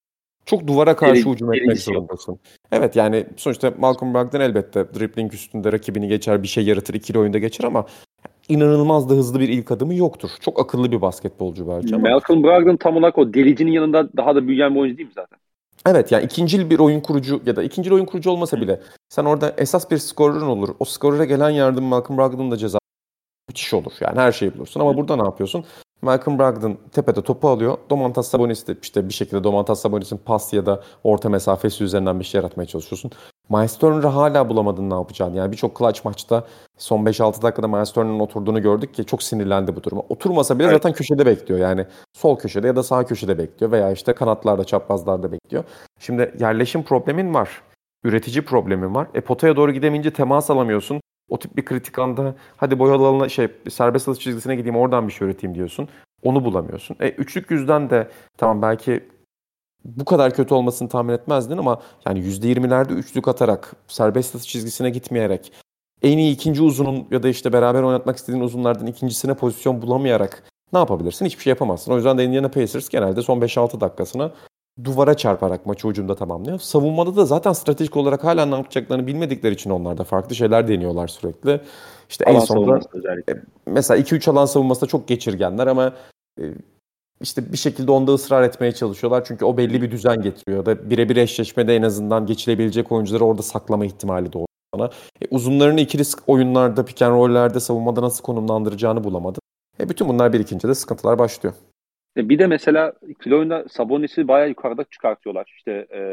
Çok duvara karşı
Deli,
hücum etmek
delicisi yok.
zorundasın. Evet yani sonuçta Malcolm Brogdon elbette dribbling üstünde rakibini geçer, bir şey yaratır, ikili oyunda geçer ama inanılmaz da hızlı bir ilk adımı yoktur. Çok akıllı bir basketbolcu belki ama
Malcolm Brogdon tam olarak o delicinin yanında daha da büyüyen bir oyuncu değil mi zaten?
evet yani ikincil bir oyun kurucu ya da ikincil oyun kurucu olmasa
Hı.
bile sen orada esas bir skorerın olur. O skorere gelen yardım Malcolm Brogdon'un da ceza müthiş olur. Yani her şeyi bulursun ama
Hı.
burada ne yapıyorsun? Malcolm Brogdon tepede topu alıyor. Domantas Sabonis de işte bir şekilde Domantas Sabonis'in pas ya da orta mesafesi üzerinden bir şey yaratmaya çalışıyorsun. Miles Turner'ı hala bulamadın ne yapacağını. Yani birçok clutch maçta son 5-6 dakikada Miles Turner'ın oturduğunu gördük ki çok sinirlendi bu duruma. Oturmasa bile
Evet.
zaten köşede bekliyor. Yani sol köşede ya da sağ köşede bekliyor veya işte kanatlarda, çaprazlarda bekliyor. Şimdi yerleşim problemin var. Üretici problemin var. Potaya doğru gidemeyince temas alamıyorsun. O tip bir kritik anda hadi boyalı alana serbest atış çizgisine gideyim oradan bir şey üreteyim diyorsun. Onu bulamıyorsun. Üçlük yüzden de tamam belki bu kadar kötü olmasını tahmin etmezdin ama yani %20'lerde üçlük atarak serbest atış çizgisine gitmeyerek en iyi ikinci uzunun ya da işte beraber oynatmak istediğin uzunlardan ikincisine pozisyon bulamayarak ne yapabilirsin? Hiçbir şey yapamazsın. O yüzden de Indiana Pacers genelde son 5-6 dakikasına duvara çarparak maçı hücumda tamamlıyor. Savunmada da zaten stratejik olarak hala ne yapacaklarını bilmedikleri için onlar da farklı şeyler deniyorlar sürekli. İşte en
Alan
sonunda
savunması özellikle.
mesela 2-3 alan savunmasında çok geçirgenler ama e, işte bir şekilde onda ısrar etmeye çalışıyorlar. Çünkü o belli bir düzen getiriyor da birebir eşleşmede en azından geçilebilecek oyuncuları orada saklama ihtimali doğuyor sana. Uzunlarını ikili oyunlarda, pick and roll'lerde savunmada nasıl konumlandıracağını bulamadı. Bütün bunlar birikince de sıkıntılar başlıyor.
Bir de mesela ikili oyunda Sabonis'i bayağı yukarıda çıkartıyorlar. İşte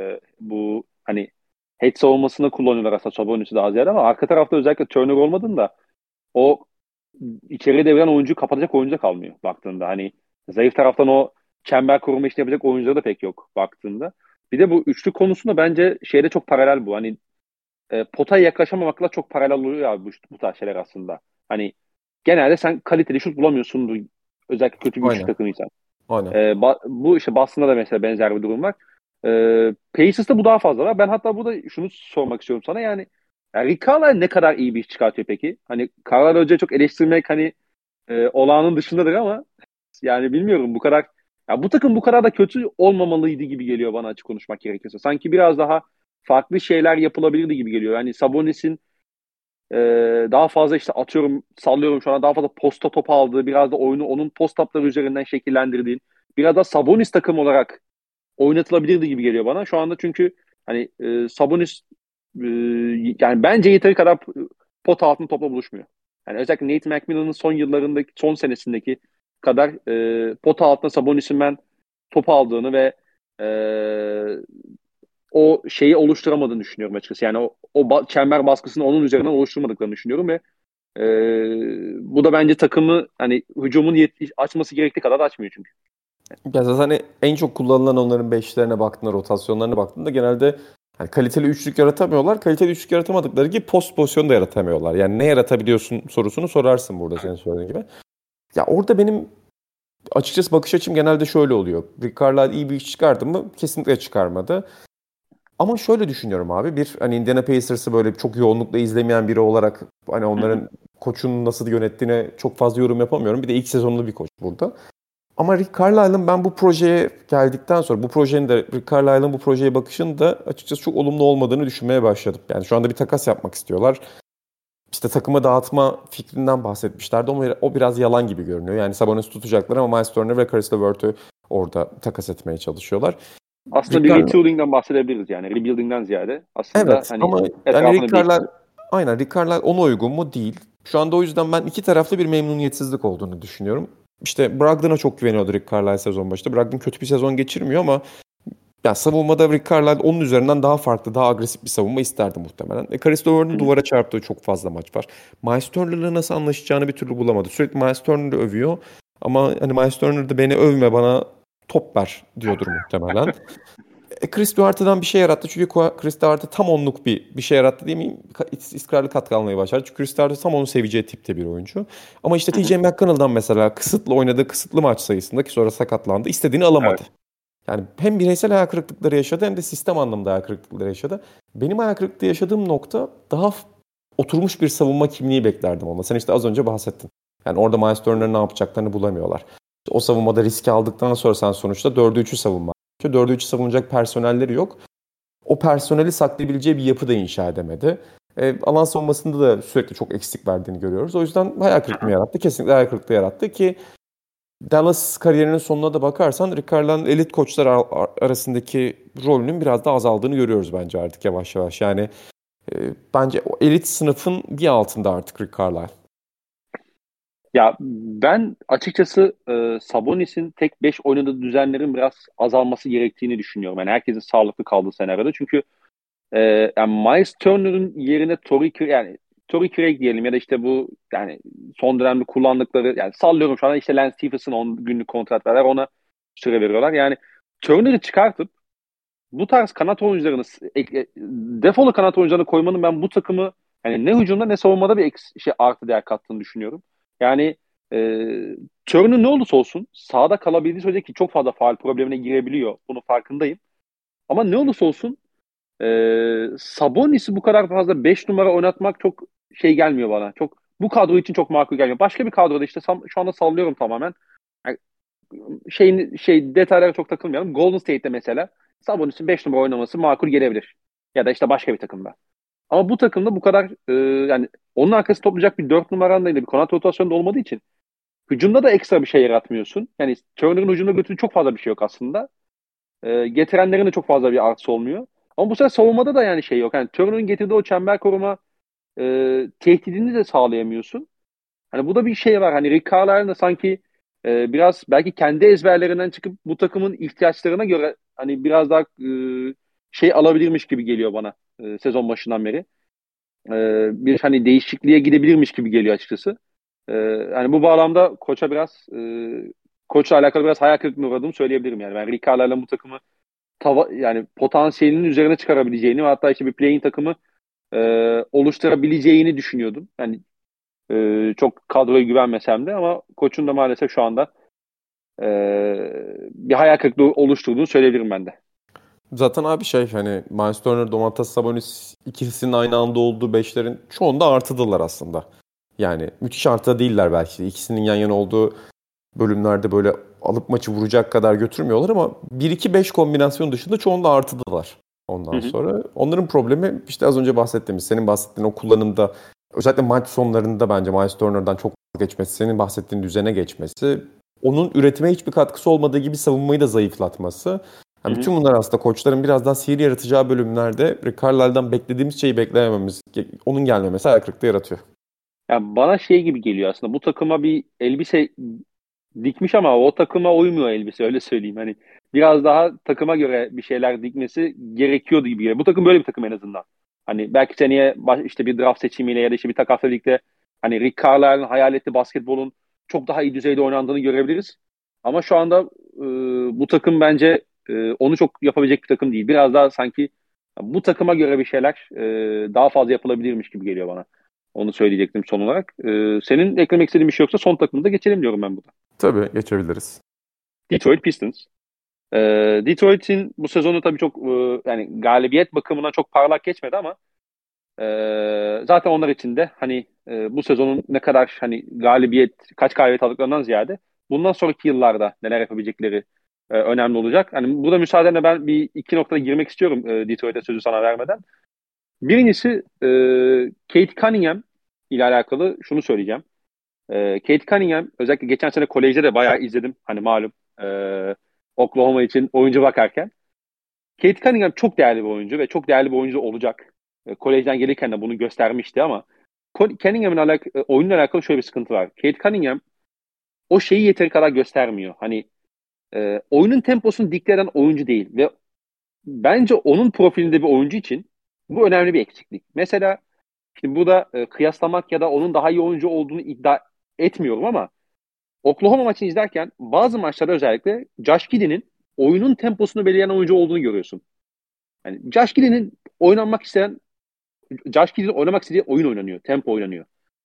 bu hani head savunmasını kullanıyorlar aslında Sabonis'i daha ziyade ama arka tarafta özellikle Turner olmadığında o içeriye deviren oyuncuyu kapatacak oyuncu da kalmıyor baktığında. Hani zayıf taraftan o çember koruma işini yapacak oyuncuları da pek yok baktığında. Bir de bu üçlük konusunda bence şeyde çok paralel bu. Hani potaya yaklaşamamakla çok paralel oluyor ya bu tarz şeyler aslında. Hani genelde sen kaliteli şut bulamıyorsun özellikle kötü bir üçlük
Aynen.
takımıysan.
Aynen.
Bu işte Boston'da da mesela benzer bir durum var. Pacers'ta bu daha fazla var. Ben hatta burada şunu sormak istiyorum sana. Yani Rick Carlisle ne kadar iyi bir iş çıkartıyor peki? Hani Carlisle Hoca'yı çok eleştirmek hani olağanın dışındadır ama yani bilmiyorum bu kadar ya bu takım bu kadar da kötü olmamalıydı gibi geliyor bana açık konuşmak gerekirse. Sanki biraz daha farklı şeyler yapılabilirdi gibi geliyor. Yani Sabonis'in e, daha fazla işte atıyorum sallıyorum şu an daha fazla posta top aldığı biraz da oyunu onun post upları üzerinden şekillendirdiğin biraz da Sabonis takım olarak oynatılabilirdi gibi geliyor bana. Şu anda çünkü hani Sabonis e, yani bence yeteri kadar pot altında topla buluşmuyor. Yani özellikle Nate McMillan'ın son yıllarındaki son senesindeki kadar pot altında Sabonis'in ben top aldığını ve e, o şeyi oluşturamadığını düşünüyorum açıkçası. Yani o çember baskısını onun üzerinden oluşturmadıklarını düşünüyorum ve e, bu da bence takımı hani hücumun açması gerektiği kadar da açmıyor çünkü.
Ya zaten hani en çok kullanılan onların beşlerine baktığında, rotasyonlarına baktığında genelde yani kaliteli üçlük yaratamıyorlar. Kaliteli üçlük yaratamadıkları gibi post pozisyon da yaratamıyorlar. Yani ne yaratabiliyorsun sorusunu sorarsın burada senin söylediğin gibi. Ya orada benim açıkçası bakış açım genelde şöyle oluyor. Rick Carlisle iyi bir iş çıkardı mı? Kesinlikle çıkarmadı. Ama şöyle düşünüyorum abi. Bir hani Indiana Pacers'ı böyle çok yoğunlukla izlemeyen biri olarak hani
Hı hı.
onların koçun nasıl yönettiğine çok fazla yorum yapamıyorum. Bir de ilk sezonlu bir koç burada. Ama Rick Carlisle'ın ben bu projeye geldikten sonra bu projenin de Rick Carlisle'ın bu projeye bakışının da açıkçası çok olumlu olmadığını düşünmeye başladım. Yani şu anda bir takas yapmak istiyorlar. İşte takımı dağıtma fikrinden bahsetmişlerdi ama o biraz yalan gibi görünüyor. Yani Sabonis tutacaklar ama Miles Turner ve Caris LeVert'ü orada takas etmeye çalışıyorlar.
Aslında
Rick
bir
Carlisle,
retooling'den bahsedebiliriz yani. Rebuilding'den ziyade aslında
evet
hani
ama yani
etrafını
Rick
bir
Carlisle,
değiştirme.
aynen Rick Carlisle ona uygun mu? Değil. Şu anda o yüzden ben iki taraflı bir memnuniyetsizlik olduğunu düşünüyorum. İşte Brogdon'a çok güveniyordu Rick Carlisle sezon başında. Brogdon kötü bir sezon geçirmiyor ama yani savunmada Rick Carlisle onun üzerinden daha farklı, daha agresif bir savunma isterdi muhtemelen. Caris LeVert'ün
Hı hı.
duvara çarptığı çok fazla maç var. Miles Turner'la nasıl anlaşacağını bir türlü bulamadı. Sürekli Miles Turner'ı övüyor ama hani Miles Turner da beni övme bana top ver diyordur muhtemelen. Chris Duarte'dan bir şey yarattı çünkü Chris Duarte tam onluk bir şey yarattı demeyeyim. İstikrarlı katkı almayı başardı. Çünkü Chris Duarte tam onun seveceği tipte bir oyuncu. Ama işte
Hı hı.
TJ McConnell'dan mesela kısıtlı oynadığı kısıtlı maç sayısında ki sonra sakatlandı. İstediğini alamadı.
Evet.
Yani hem bireysel hayal kırıklıkları yaşadı hem de sistem anlamında hayal kırıklıkları yaşadı. Benim hayal kırıklığı yaşadığım nokta daha oturmuş bir savunma kimliği beklerdim ondan. Sen işte az önce bahsettin. Yani orada Miles Turner'ın ne yapacaklarını bulamıyorlar. O savunmada riski aldıktan sonra sen sonuçta 4'e 3'ü savunma. 4'e 3 savunacak personelleri yok. O personeli saklayabileceği bir yapı da inşa edemedi. Alan savunmasında da sürekli çok eksik verdiğini görüyoruz. O yüzden hayal kırıklığı yarattı. Kesinlikle hayal kırıklığı yarattı ki Dallas kariyerinin sonuna da bakarsan Rick Carlisle'ın elit koçlar arasındaki rolünün biraz da azaldığını görüyoruz bence artık yavaş yavaş. Yani bence o elit sınıfın bir altında artık Rick Carlisle.
Ya ben açıkçası Sabonis'in tek 5 oynadığı düzenlerin biraz azalması gerektiğini düşünüyorum. Yani herkesin sağlıklı kaldığı senaryoda. Çünkü yani Miles Turner'ın yerine Torrey Craig diyelim ya da işte bu yani son dönemde kullandıkları, yani sallıyorum şu anda, işte Lance Stephenson 10 günlük kontrat verler, ona süre veriyorlar. Yani Turner'ı çıkartıp bu tarz kanat oyuncularını, defolu kanat oyuncularını koymanın ben bu takımı yani ne hücumda ne savunmada bir artı değer kattığını düşünüyorum. Yani e, Turner ne olursa olsun sahada kalabildiği sürece, ki çok fazla faul problemine girebiliyor. Bunun farkındayım. Ama ne olursa olsun Sabonis'i bu kadar fazla 5 numara oynatmak çok şey gelmiyor bana. Çok, bu kadro için çok makul gelmiyor. Başka bir kadroda işte şu anda sallıyorum tamamen. Yani detaylara çok takılmayalım. Golden State'te mesela Sabonis'in 5 numara oynaması makul gelebilir. Ya da işte başka bir takımda. Ama bu takımda bu kadar yani onun arkası toplayacak bir 4 numaran da bir kanat rotasyonunda olmadığı için hücumda da ekstra bir şey yaratmıyorsun. Yani Turner'ın hücumda götürdüğü çok fazla bir şey yok aslında. Getirenlerin de çok fazla bir artısı olmuyor. Ama bu sefer savunmada da yani şey yok. Yani Turner'ın getirdiği o çember koruma tehdidini de sağlayamıyorsun. Hani bu da bir şey var. Hani Rick Carlisle'ın da sanki biraz belki kendi ezberlerinden çıkıp bu takımın ihtiyaçlarına göre hani biraz daha şey alabilirmiş gibi geliyor bana sezon başından beri. Bir hani değişikliğe gidebilirmiş gibi geliyor açıkçası. Hani bu bağlamda koçla alakalı biraz hayal kırıklığına uğradığımı söyleyebilirim yani. Ben Rick Carlisle'ın bu takımı yani potansiyelinin üzerine çıkarabileceğini ve hatta işte bir play-in takımı oluşturabileceğini düşünüyordum. Yani çok kadroya güvenmesem de, ama koçun da maalesef şu anda e, bir hayal kırıklığı oluşturduğunu söyleyebilirim ben de.
Zaten abi hani Miles Turner, Domantas Sabonis ikisinin aynı anda olduğu beşlerin çoğunda artıdılar aslında. Yani müthiş artıda değiller belki de. İkisinin yan yana olduğu bölümlerde böyle alıp maçı vuracak kadar götürmüyorlar ama 1-2-5 kombinasyon dışında çoğunda artıdılar
Hı
ondan
hı.
sonra. Onların problemi işte az önce bahsettiğimiz, senin bahsettiğin o kullanımda, özellikle maç sonlarında bence Miles Turner'dan çok geçmesi, senin bahsettiğin düzene geçmesi, onun üretime hiçbir katkısı olmadığı gibi savunmayı da zayıflatması.
Hı
Yani
hı.
bütün bunlar aslında koçların biraz daha sihir yaratacağı bölümlerde Rick Carlisle'dan beklediğimiz şeyi bekleyememiz, onun gelmemesi hayal kırıklığı yaratıyor.
Yani bana şey gibi geliyor aslında, bu takıma bir elbise dikmiş ama o takıma uymuyor elbise, öyle söyleyeyim. Hani biraz daha takıma göre bir şeyler dikmesi gerekiyordu gibi geliyor. Bu takım böyle bir takım en azından. Hani belki seneye işte bir draft seçimiyle ya da işte bir takasla birlikte hani Rick Carlisle'ın hayal ettiği basketbolun çok daha iyi düzeyde oynandığını görebiliriz. Ama şu anda bu takım bence onu çok yapabilecek bir takım değil. Biraz daha sanki bu takıma göre bir şeyler daha fazla yapılabilirmiş gibi geliyor bana. Onu söyleyecektim son olarak. Senin eklemek istediğin bir şey yoksa son takımda geçelim diyorum ben burada.
Tabii geçebiliriz.
Detroit Pistons. Detroit'in bu sezonu tabii çok yani galibiyet bakımından çok parlak geçmedi ama zaten onlar için de hani bu sezonun ne kadar hani kaç galibiyet aldıklarından ziyade bundan sonraki yıllarda neler yapabilecekleri önemli olacak. Hani bu da müsaadenle ben bir iki noktada girmek istiyorum Detroit'e sözü sana vermeden. Birincisi Kate Cunningham ile alakalı şunu söyleyeceğim. Kate Cunningham özellikle geçen sene kolejde de bayağı izledim. Hani malum Oklahoma için oyuncu bakarken. Kate Cunningham çok değerli bir oyuncu ve çok değerli bir oyuncu olacak. Kolejden gelirken de bunu göstermişti ama Cunningham'ın oyunla alakalı şöyle bir sıkıntı var. Kate Cunningham o şeyi yeteri kadar göstermiyor. Hani oyunun temposunu dikte eden oyuncu değil ve bence onun profilinde bir oyuncu için bu önemli bir eksiklik. Mesela şimdi burada kıyaslamak ya da onun daha iyi oyuncu olduğunu iddia etmiyorum ama Oklahoma maçını izlerken bazı maçlarda özellikle Josh Giddey'nin oyunun temposunu belirleyen oyuncu olduğunu görüyorsun. Yani Josh Giddey'nin oynamak istediği oyun oynanıyor. Tempo oynanıyor.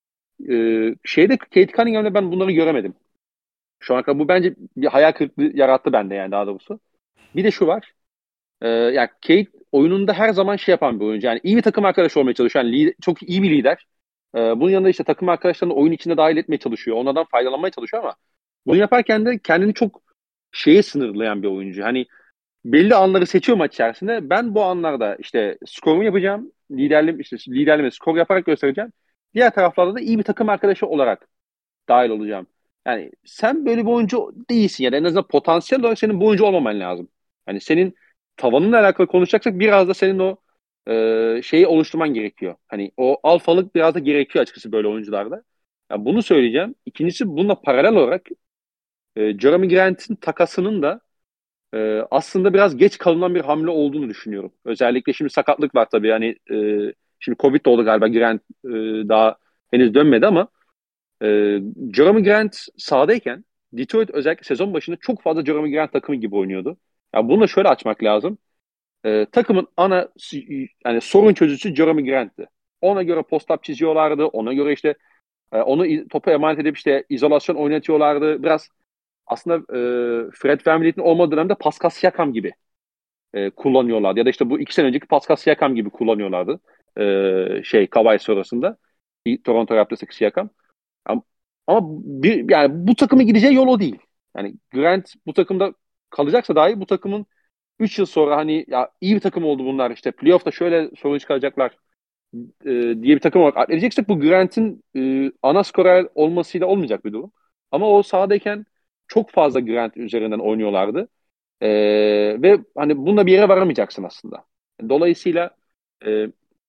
Kate Cunningham'da ben bunları göremedim. Şu an kadar bu bence bir hayal kırıklığı yarattı bende, yani daha doğrusu. Bir de şu var. Yani Kate oyununda her zaman şey yapan bir oyuncu. Yani iyi bir takım arkadaşı olmaya çalışıyor. Yani çok iyi bir lider. Bunun yanında işte takım arkadaşlarını oyun içinde dahil etmeye çalışıyor. Onlardan faydalanmaya çalışıyor ama bunu yaparken de kendini çok şeye sınırlayan bir oyuncu. Hani belli anları seçiyor maç içerisinde. Ben bu anlarda işte skorumu yapacağım. Liderliğimi skor yaparak göstereceğim. Diğer taraflarda da iyi bir takım arkadaşı olarak dahil olacağım. Yani sen böyle bir oyuncu değilsin ya da en azından potansiyel olarak senin bu oyuncu olmaman lazım. Yani senin tavanınla alakalı konuşacaksak biraz da senin o şeyi oluşturman gerekiyor. Hani o alfalık biraz da gerekiyor açıkçası böyle oyuncularda. Yani bunu söyleyeceğim. İkincisi bununla paralel olarak Jeremy Grant'in takasının da aslında biraz geç kalınan bir hamle olduğunu düşünüyorum. Özellikle şimdi sakatlık var tabii. Yani şimdi Covid de oldu galiba. Grant daha henüz dönmedi ama Jeremy Grant sahadayken Detroit özellikle sezon başında çok fazla Jeremy Grant takımı gibi oynuyordu. Yani bunu da şöyle açmak lazım. Takımın yani sorun çözücüsü Jeremy Grant'ti. Ona göre post-up çiziyorlardı. Ona göre işte onu topa emanet edip işte izolasyon oynatıyorlardı. Biraz aslında Fred VanVleet'in olmadığı dönemde Pascal Siakam gibi kullanıyorlardı. Ya da işte bu 2 sene önceki Pascal Siakam gibi kullanıyorlardı. Kawhi sonrasında. Toronto Raptors'taki Siakam. Ama, yani bu takımın gideceği yol o değil. Yani Grant bu takımda kalacaksa dahi bu takımın 3 yıl sonra hani ya iyi bir takım oldu bunlar işte playoff'ta şöyle sorun çıkaracaklar diye bir takım olarak atlayacaksak bu Grant'in ana skorer olmasıyla olmayacak bir durum. Ama o sahadayken çok fazla Grant üzerinden oynuyorlardı. E, Ve hani bununla bir yere varamayacaksın aslında. Dolayısıyla e,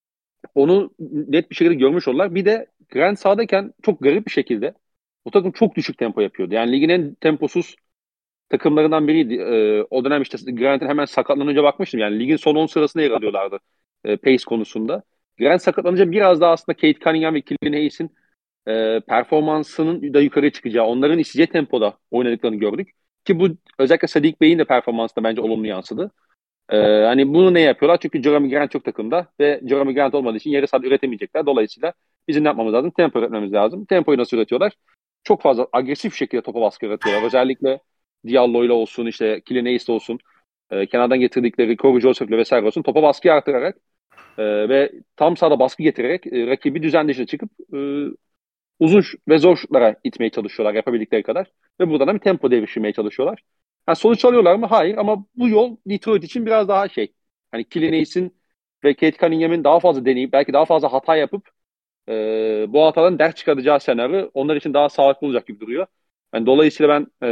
onu net bir şekilde görmüş oldular. Bir de Grant sahadayken çok garip bir şekilde o takım çok düşük tempo yapıyordu. Yani ligin en temposuz takımlarından biriydi. O dönem işte Grant'in hemen sakatlanınca bakmıştım. Yani ligin son 10 sırasında yer alıyorlardı pace konusunda. Grant sakatlanınca biraz daha aslında Kate Cunningham ve Killian Hayes'in performansının da yukarı çıkacağı, onların isteyeceği tempoda oynadıklarını gördük. Ki bu özellikle Sadiq Bey'in de performansına bence olumlu yansıdı. Hani bunu ne yapıyorlar? Çünkü Jeremy Grant çok takımda ve Jeremy Grant olmadığı için yarı saat üretemeyecekler. Dolayısıyla bizim ne yapmamız lazım? Tempo üretmemiz lazım. Tempoyu nasıl üretiyorlar? Çok fazla agresif şekilde topa baskı yaratıyorlar. Özellikle Diallo'yla olsun, işte Kylian Hayes'le olsun, kenardan getirdikleri Corey Joseph'le vesaire olsun topa baskı artırarak ve tam sahada baskı getirerek rakibi düzen dışına çıkıp uzun ve zor şutlara itmeye çalışıyorlar yapabildikleri kadar. Ve buradan da bir tempo devşirmeye çalışıyorlar. Yani sonuç alıyorlar mı? Hayır ama bu yol Detroit için biraz daha hani Killian Hayes'in ve Kate Cunningham'in daha fazla deneyip belki daha fazla hata yapıp bu hatadan ders çıkaracağı senaryo onlar için daha sağlıklı olacak gibi duruyor. Yani dolayısıyla ben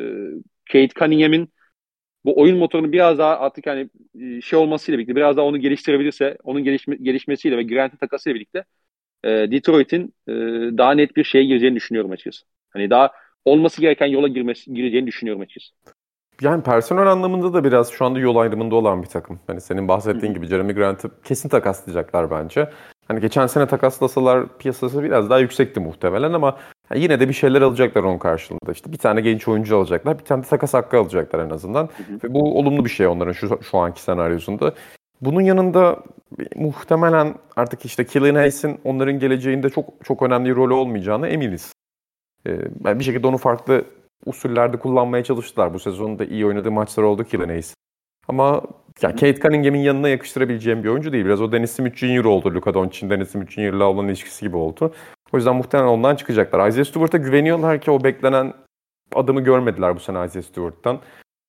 Kate Cunningham'in bu oyun motorunu biraz daha artık hani olmasıyla birlikte biraz daha onu geliştirebilirse onun gelişmesiyle ve Grant'in takasıyla birlikte Detroit'in daha net bir şeye gireceğini düşünüyorum açıkçası. Hani daha olması gereken yola gireceğini düşünüyorum açıkçası.
Yani personel anlamında da biraz şu anda yol ayrımında olan bir takım. Hani senin bahsettiğin gibi Jeremy Grant'ı kesin takaslayacaklar bence. Hani geçen sene takaslasalar piyasası biraz daha yüksekti muhtemelen ama yine de bir şeyler alacaklar onun karşılığında. İşte bir tane genç oyuncu alacaklar, bir tane de takas hakkı alacaklar en azından. Ve bu olumlu bir şey onların şu anki senaryosunda. Bunun yanında muhtemelen artık işte Killian Hayes'in onların geleceğinde çok çok önemli rolü olmayacağını eminiz. Bir şekilde onu farklı usullerde kullanmaya çalıştılar. Bu sezonda iyi oynadığı maçlar oldu Killian Hayes. Ama yani Kate Cunningham'in yanına yakıştırabileceğim bir oyuncu değil. Biraz o Dennis Smith Jr. oldu. Luka Doncic'in Dennis Smith Jr.'la olan ilişkisi gibi oldu. O yüzden muhtemelen ondan çıkacaklar. Isaiah Stewart'a güveniyorlar ki o beklenen adımı görmediler bu sene Isaiah Stewart'tan.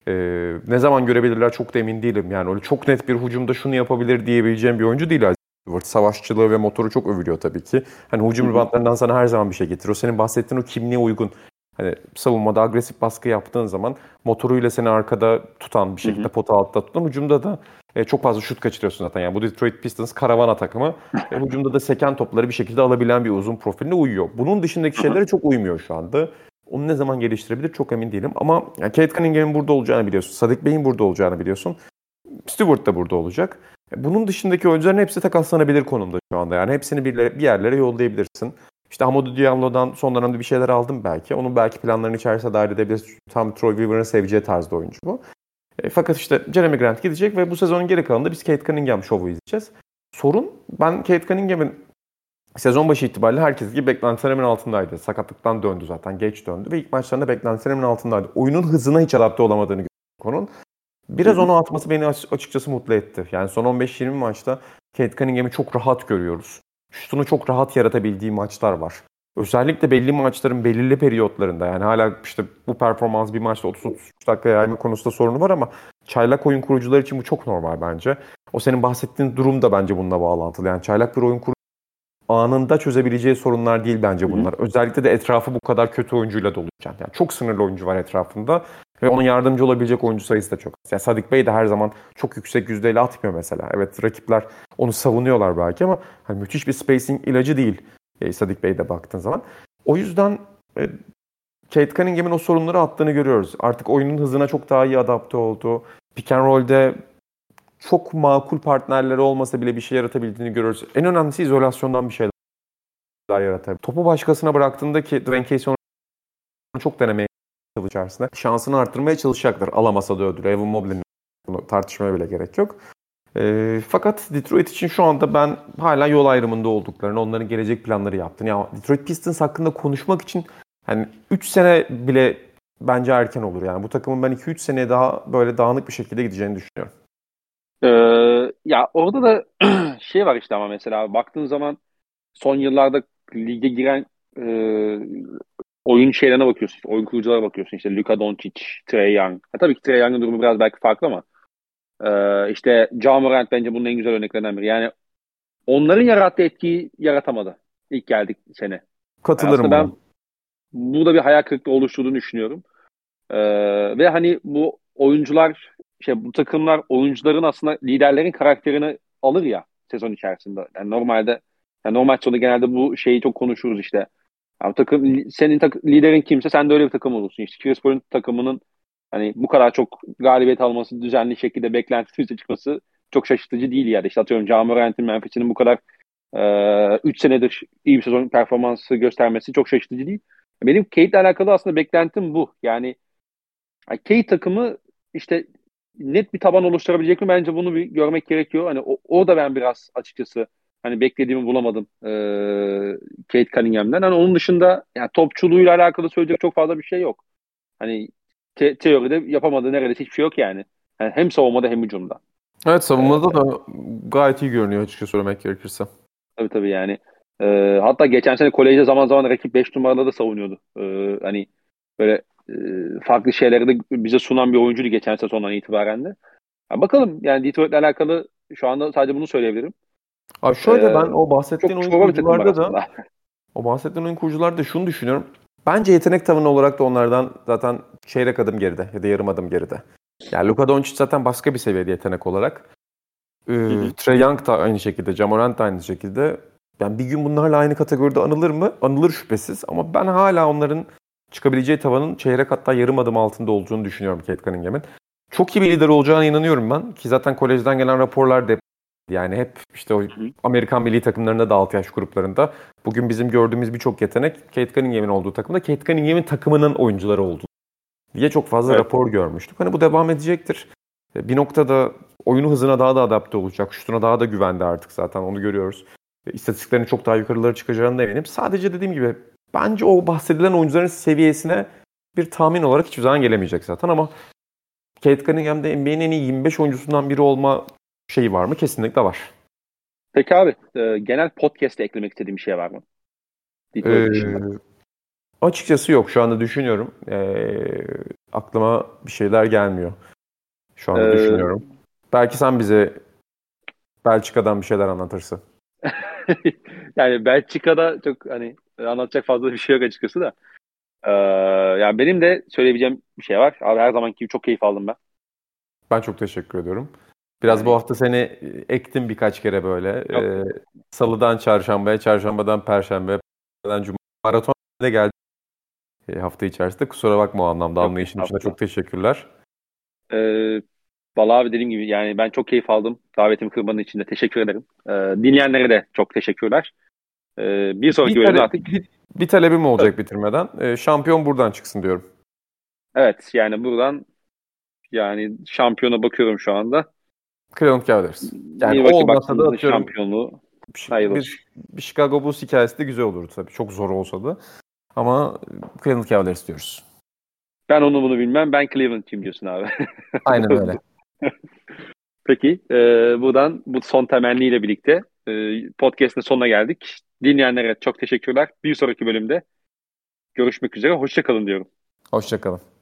Ne zaman görebilirler çok da emin değilim. Yani öyle çok net bir hücumda şunu yapabilir diyebileceğim bir oyuncu değil Isaiah Stewart. Savaşçılığı ve motoru çok övülüyor tabii ki. Hani hücum ribantlarından sana her zaman bir şey getiriyor. Senin bahsettiğin o kimliğe uygun. Hani savunmada agresif baskı yaptığın zaman motoruyla seni arkada tutan, bir şekilde pota altta tutan, hücumda da çok fazla şut kaçırıyorsun zaten. Yani bu Detroit Pistons karavana takımı. Hücumda da seken topları bir şekilde alabilen bir uzun profiline uyuyor. Bunun dışındaki şeylere çok uymuyor şu anda. Onu ne zaman geliştirebilir çok emin değilim. Ama yani Kate Cunningham'in burada olacağını biliyorsun. Sadiq Bey'in burada olacağını biliyorsun. Stewart da burada olacak. Bunun dışındaki oyuncuların hepsi takaslanabilir konumda şu anda. Yani hepsini bir yerlere yollayabilirsin. İşte Hamidou Diallo'dan son dönemde bir şeyler aldım belki. Onun belki planların içerisine dahil edebiliriz. Tam Troy Weaver'ın seveceği tarzda oyuncu bu. Fakat işte Jeremy Grant gidecek ve bu sezonun geri kalanında biz Kate Cunningham şovu izleyeceğiz. Sorun, ben Kate Cunningham'in sezon başı itibariyle herkes gibi beklentilerimin altındaydı. Sakatlıktan döndü zaten, geç döndü ve ilk maçlarında beklentilerimin altındaydı. Oyunun hızına hiç adapte olamadığını gördüm onun. Biraz onu atması beni açıkçası mutlu etti. Yani son 15-20 maçta Kate Cunningham'i çok rahat görüyoruz. Şutunu çok rahat yaratabildiği maçlar var. Özellikle belli maçların belirli periyotlarında, yani hala işte bu performans bir maçta 30-33 dakika yayma konusunda sorunu var ama çaylak oyun kurucular için bu çok normal bence. O senin bahsettiğin durum da bence bununla bağlantılı. Yani çaylak bir oyun kurucu anında çözebileceği sorunlar değil bence bunlar. Özellikle de etrafı bu kadar kötü oyuncuyla doluyken. Yani çok sınırlı oyuncu var etrafında ve ona yardımcı olabilecek oyuncu sayısı da çok az. Yani Sadik Bey de her zaman çok yüksek yüzdeyle atmıyor mesela. Evet, rakipler onu savunuyorlar belki ama hani müthiş bir spacing ilacı değil Sadik Bey'de baktığın zaman. O yüzden Cade Cunningham'in o sorunları attığını görüyoruz. Artık oyunun hızına çok daha iyi adapte oldu. Pick and roll'de çok makul partnerleri olmasa bile bir şey yaratabildiğini görüyoruz. En önemlisi izolasyondan bir şeyler yaratabilir. Topu başkasına bıraktığında ki Dwayne Casey onu çok denemeye çalışarsın. Şansını arttırmaya çalışacaktır. Alamasa da ödülü. Evan Mobley'nin bunu tartışmaya bile gerek yok. Fakat Detroit için şu anda ben hala yol ayrımında olduklarını, onların gelecek planları yaptığını. Ya Detroit Pistons hakkında konuşmak için hani 3 sene bile bence erken olur. Yani bu takımın ben 2-3 seneye daha böyle dağınık bir şekilde gideceğini düşünüyorum.
Ya orada da şey var işte ama mesela baktığın zaman son yıllarda lige giren e, oyun şeylerine bakıyorsun. İşte, oyun kuruculara bakıyorsun. İşte Luka Doncic, Trae Young. Tabii ki Trae Young'ın durumu biraz belki farklı ama işte Ja Morant bence bunun en güzel örneklerinden biri. Yani onların yarattığı etkiyi yaratamadı ilk geldik sene. Yani
Katılırım
aslında
buna.
ben burada bir hayal kırıklığı oluşturduğunu düşünüyorum. Ve hani bu oyuncular, şey bu takımlar oyuncuların aslında liderlerin karakterini alır ya sezon içerisinde. Yani normalde yani normal sonu genelde bu şeyi çok konuşuruz işte. Yani takım senin liderin kimse sen de öyle bir takım olursun. İşte Chris Paul'un takımının hani bu kadar çok galibiyet alması, düzenli şekilde beklentinin üstüne çıkması çok şaşırtıcı değil yani. İşte atıyorum Ja Morant'in Memphis'in bu kadar 3 senedir iyi bir sezon performansı göstermesi çok şaşırtıcı değil. Benim Cade'le alakalı aslında beklentim bu. Yani Cade takımı işte net bir taban oluşturabilecek mi? Bence bunu bir görmek gerekiyor. Hani o da ben biraz açıkçası hani beklediğimi bulamadım Cade Cunningham'den. Hani onun dışında yani topçuluğuyla alakalı söyleyecek çok fazla bir şey yok. Hani teoride yapamadığı neredeyse hiçbir şey yok yani. Yani hem savunmada hem hücumda.
Evet,
Ee,
savunmada da gayet iyi görünüyor açıkça söylemek gerekirse.
tabii yani. Hatta geçen sene kolejde zaman zaman rakip 5 numaralı da savunuyordu. Hani böyle farklı şeyleri de bize sunan bir oyuncuydu geçen sezondan itibaren de. Ya bakalım yani Detroit'le alakalı şu anda sadece bunu söyleyebilirim.
Abi şöyle,
Ee,
ben o bahsettiğin
çok
oyun
çorba bir takım var
kurucularda da
aslında.
şunu düşünüyorum. Bence yetenek tavanı olarak da onlardan zaten çeyrek adım geride ya da yarım adım geride. Yani Luka Doncic zaten başka bir seviyede yetenek olarak.
Hı hı.
Trae Young da aynı şekilde, Ja Morant da aynı şekilde. Yani bir gün bunlarla aynı kategoride anılır mı? Anılır şüphesiz. Ama ben hala onların çıkabileceği tavanın çeyrek hatta yarım adım altında olduğunu düşünüyorum Cade Cunningham'in. Çok iyi bir lider olacağına inanıyorum ben. Ki zaten kolejden gelen raporlar da yani hep işte o
Hı hı.
Amerikan milli takımlarında da 6 yaş gruplarında bugün bizim gördüğümüz birçok yetenek Cade Cunningham'in olduğu takımda Cade Cunningham'in takımının oyuncuları oldu diye çok fazla
Evet.
rapor görmüştük. Hani bu devam edecektir. Bir noktada oyunu hızına daha da adapte olacak. Şutuna daha da güvendi artık zaten, onu görüyoruz. İstatistiklerini çok daha yukarılara çıkacağını da eminim. Sadece dediğim gibi bence o bahsedilen oyuncuların seviyesine bir tahmin olarak hiçbir zaman gelemeyecek zaten ama Cade Cunningham'de NBA'nin en iyi 25 oyuncusundan biri olma şeyi var mı? Kesinlikle var.
Peki abi genel podcast'te eklemek istediğim bir şey var mı? Detroit dışında.
Ee, Açıkçası yok. Şu anda düşünüyorum. Aklıma bir şeyler gelmiyor. Şu anda
Ee,
düşünüyorum. Belki sen bize Belçika'dan bir şeyler anlatırsın.
yani Belçika'da çok hani anlatacak fazla bir şey yok açıkçası da. Ee, yani benim de söyleyebileceğim bir şey var. Abi her zamanki gibi çok keyif aldım ben.
Ben çok teşekkür ediyorum. Biraz bu
Yani
hafta seni ektim birkaç kere böyle.
yok.
Salıdan çarşambaya, çarşambadan perşembeye, perşembeden cuma maraton da geldi hafta içerisinde. Kusura bakma o anlamda,
Yok
anlayışın için de
estağfurullah.
çok teşekkürler.
Ee, vallahi abi dediğim gibi yani ben çok keyif aldım. Davetimi kırmanın için de teşekkür ederim. Dinleyenlere de çok teşekkürler. Bir sonraki bölümde artık
Bir talebim
tabii.
olacak bitirmeden. Şampiyon buradan çıksın diyorum.
Evet yani buradan yani şampiyona bakıyorum şu anda.
Cleveland Cavaliers. Yani
Milwaukee
olmasa da
Bucks'ın
atıyorum
şampiyonluğu hayırlı olsun.
bir Chicago Bulls hikayesi de güzel olurdu tabii. Çok zor olsa da. Ama Cleveland Cavaliers diyoruz.
Ben onu bunu bilmem. Ben Cleveland'cıyım diyorsun abi.
Aynen öyle.
Peki, buradan bu son temenniyle birlikte podcast'ın sonuna geldik. Dinleyenlere çok teşekkürler. Bir sonraki bölümde görüşmek üzere. Hoşça kalın diyorum.
Hoşça kalın.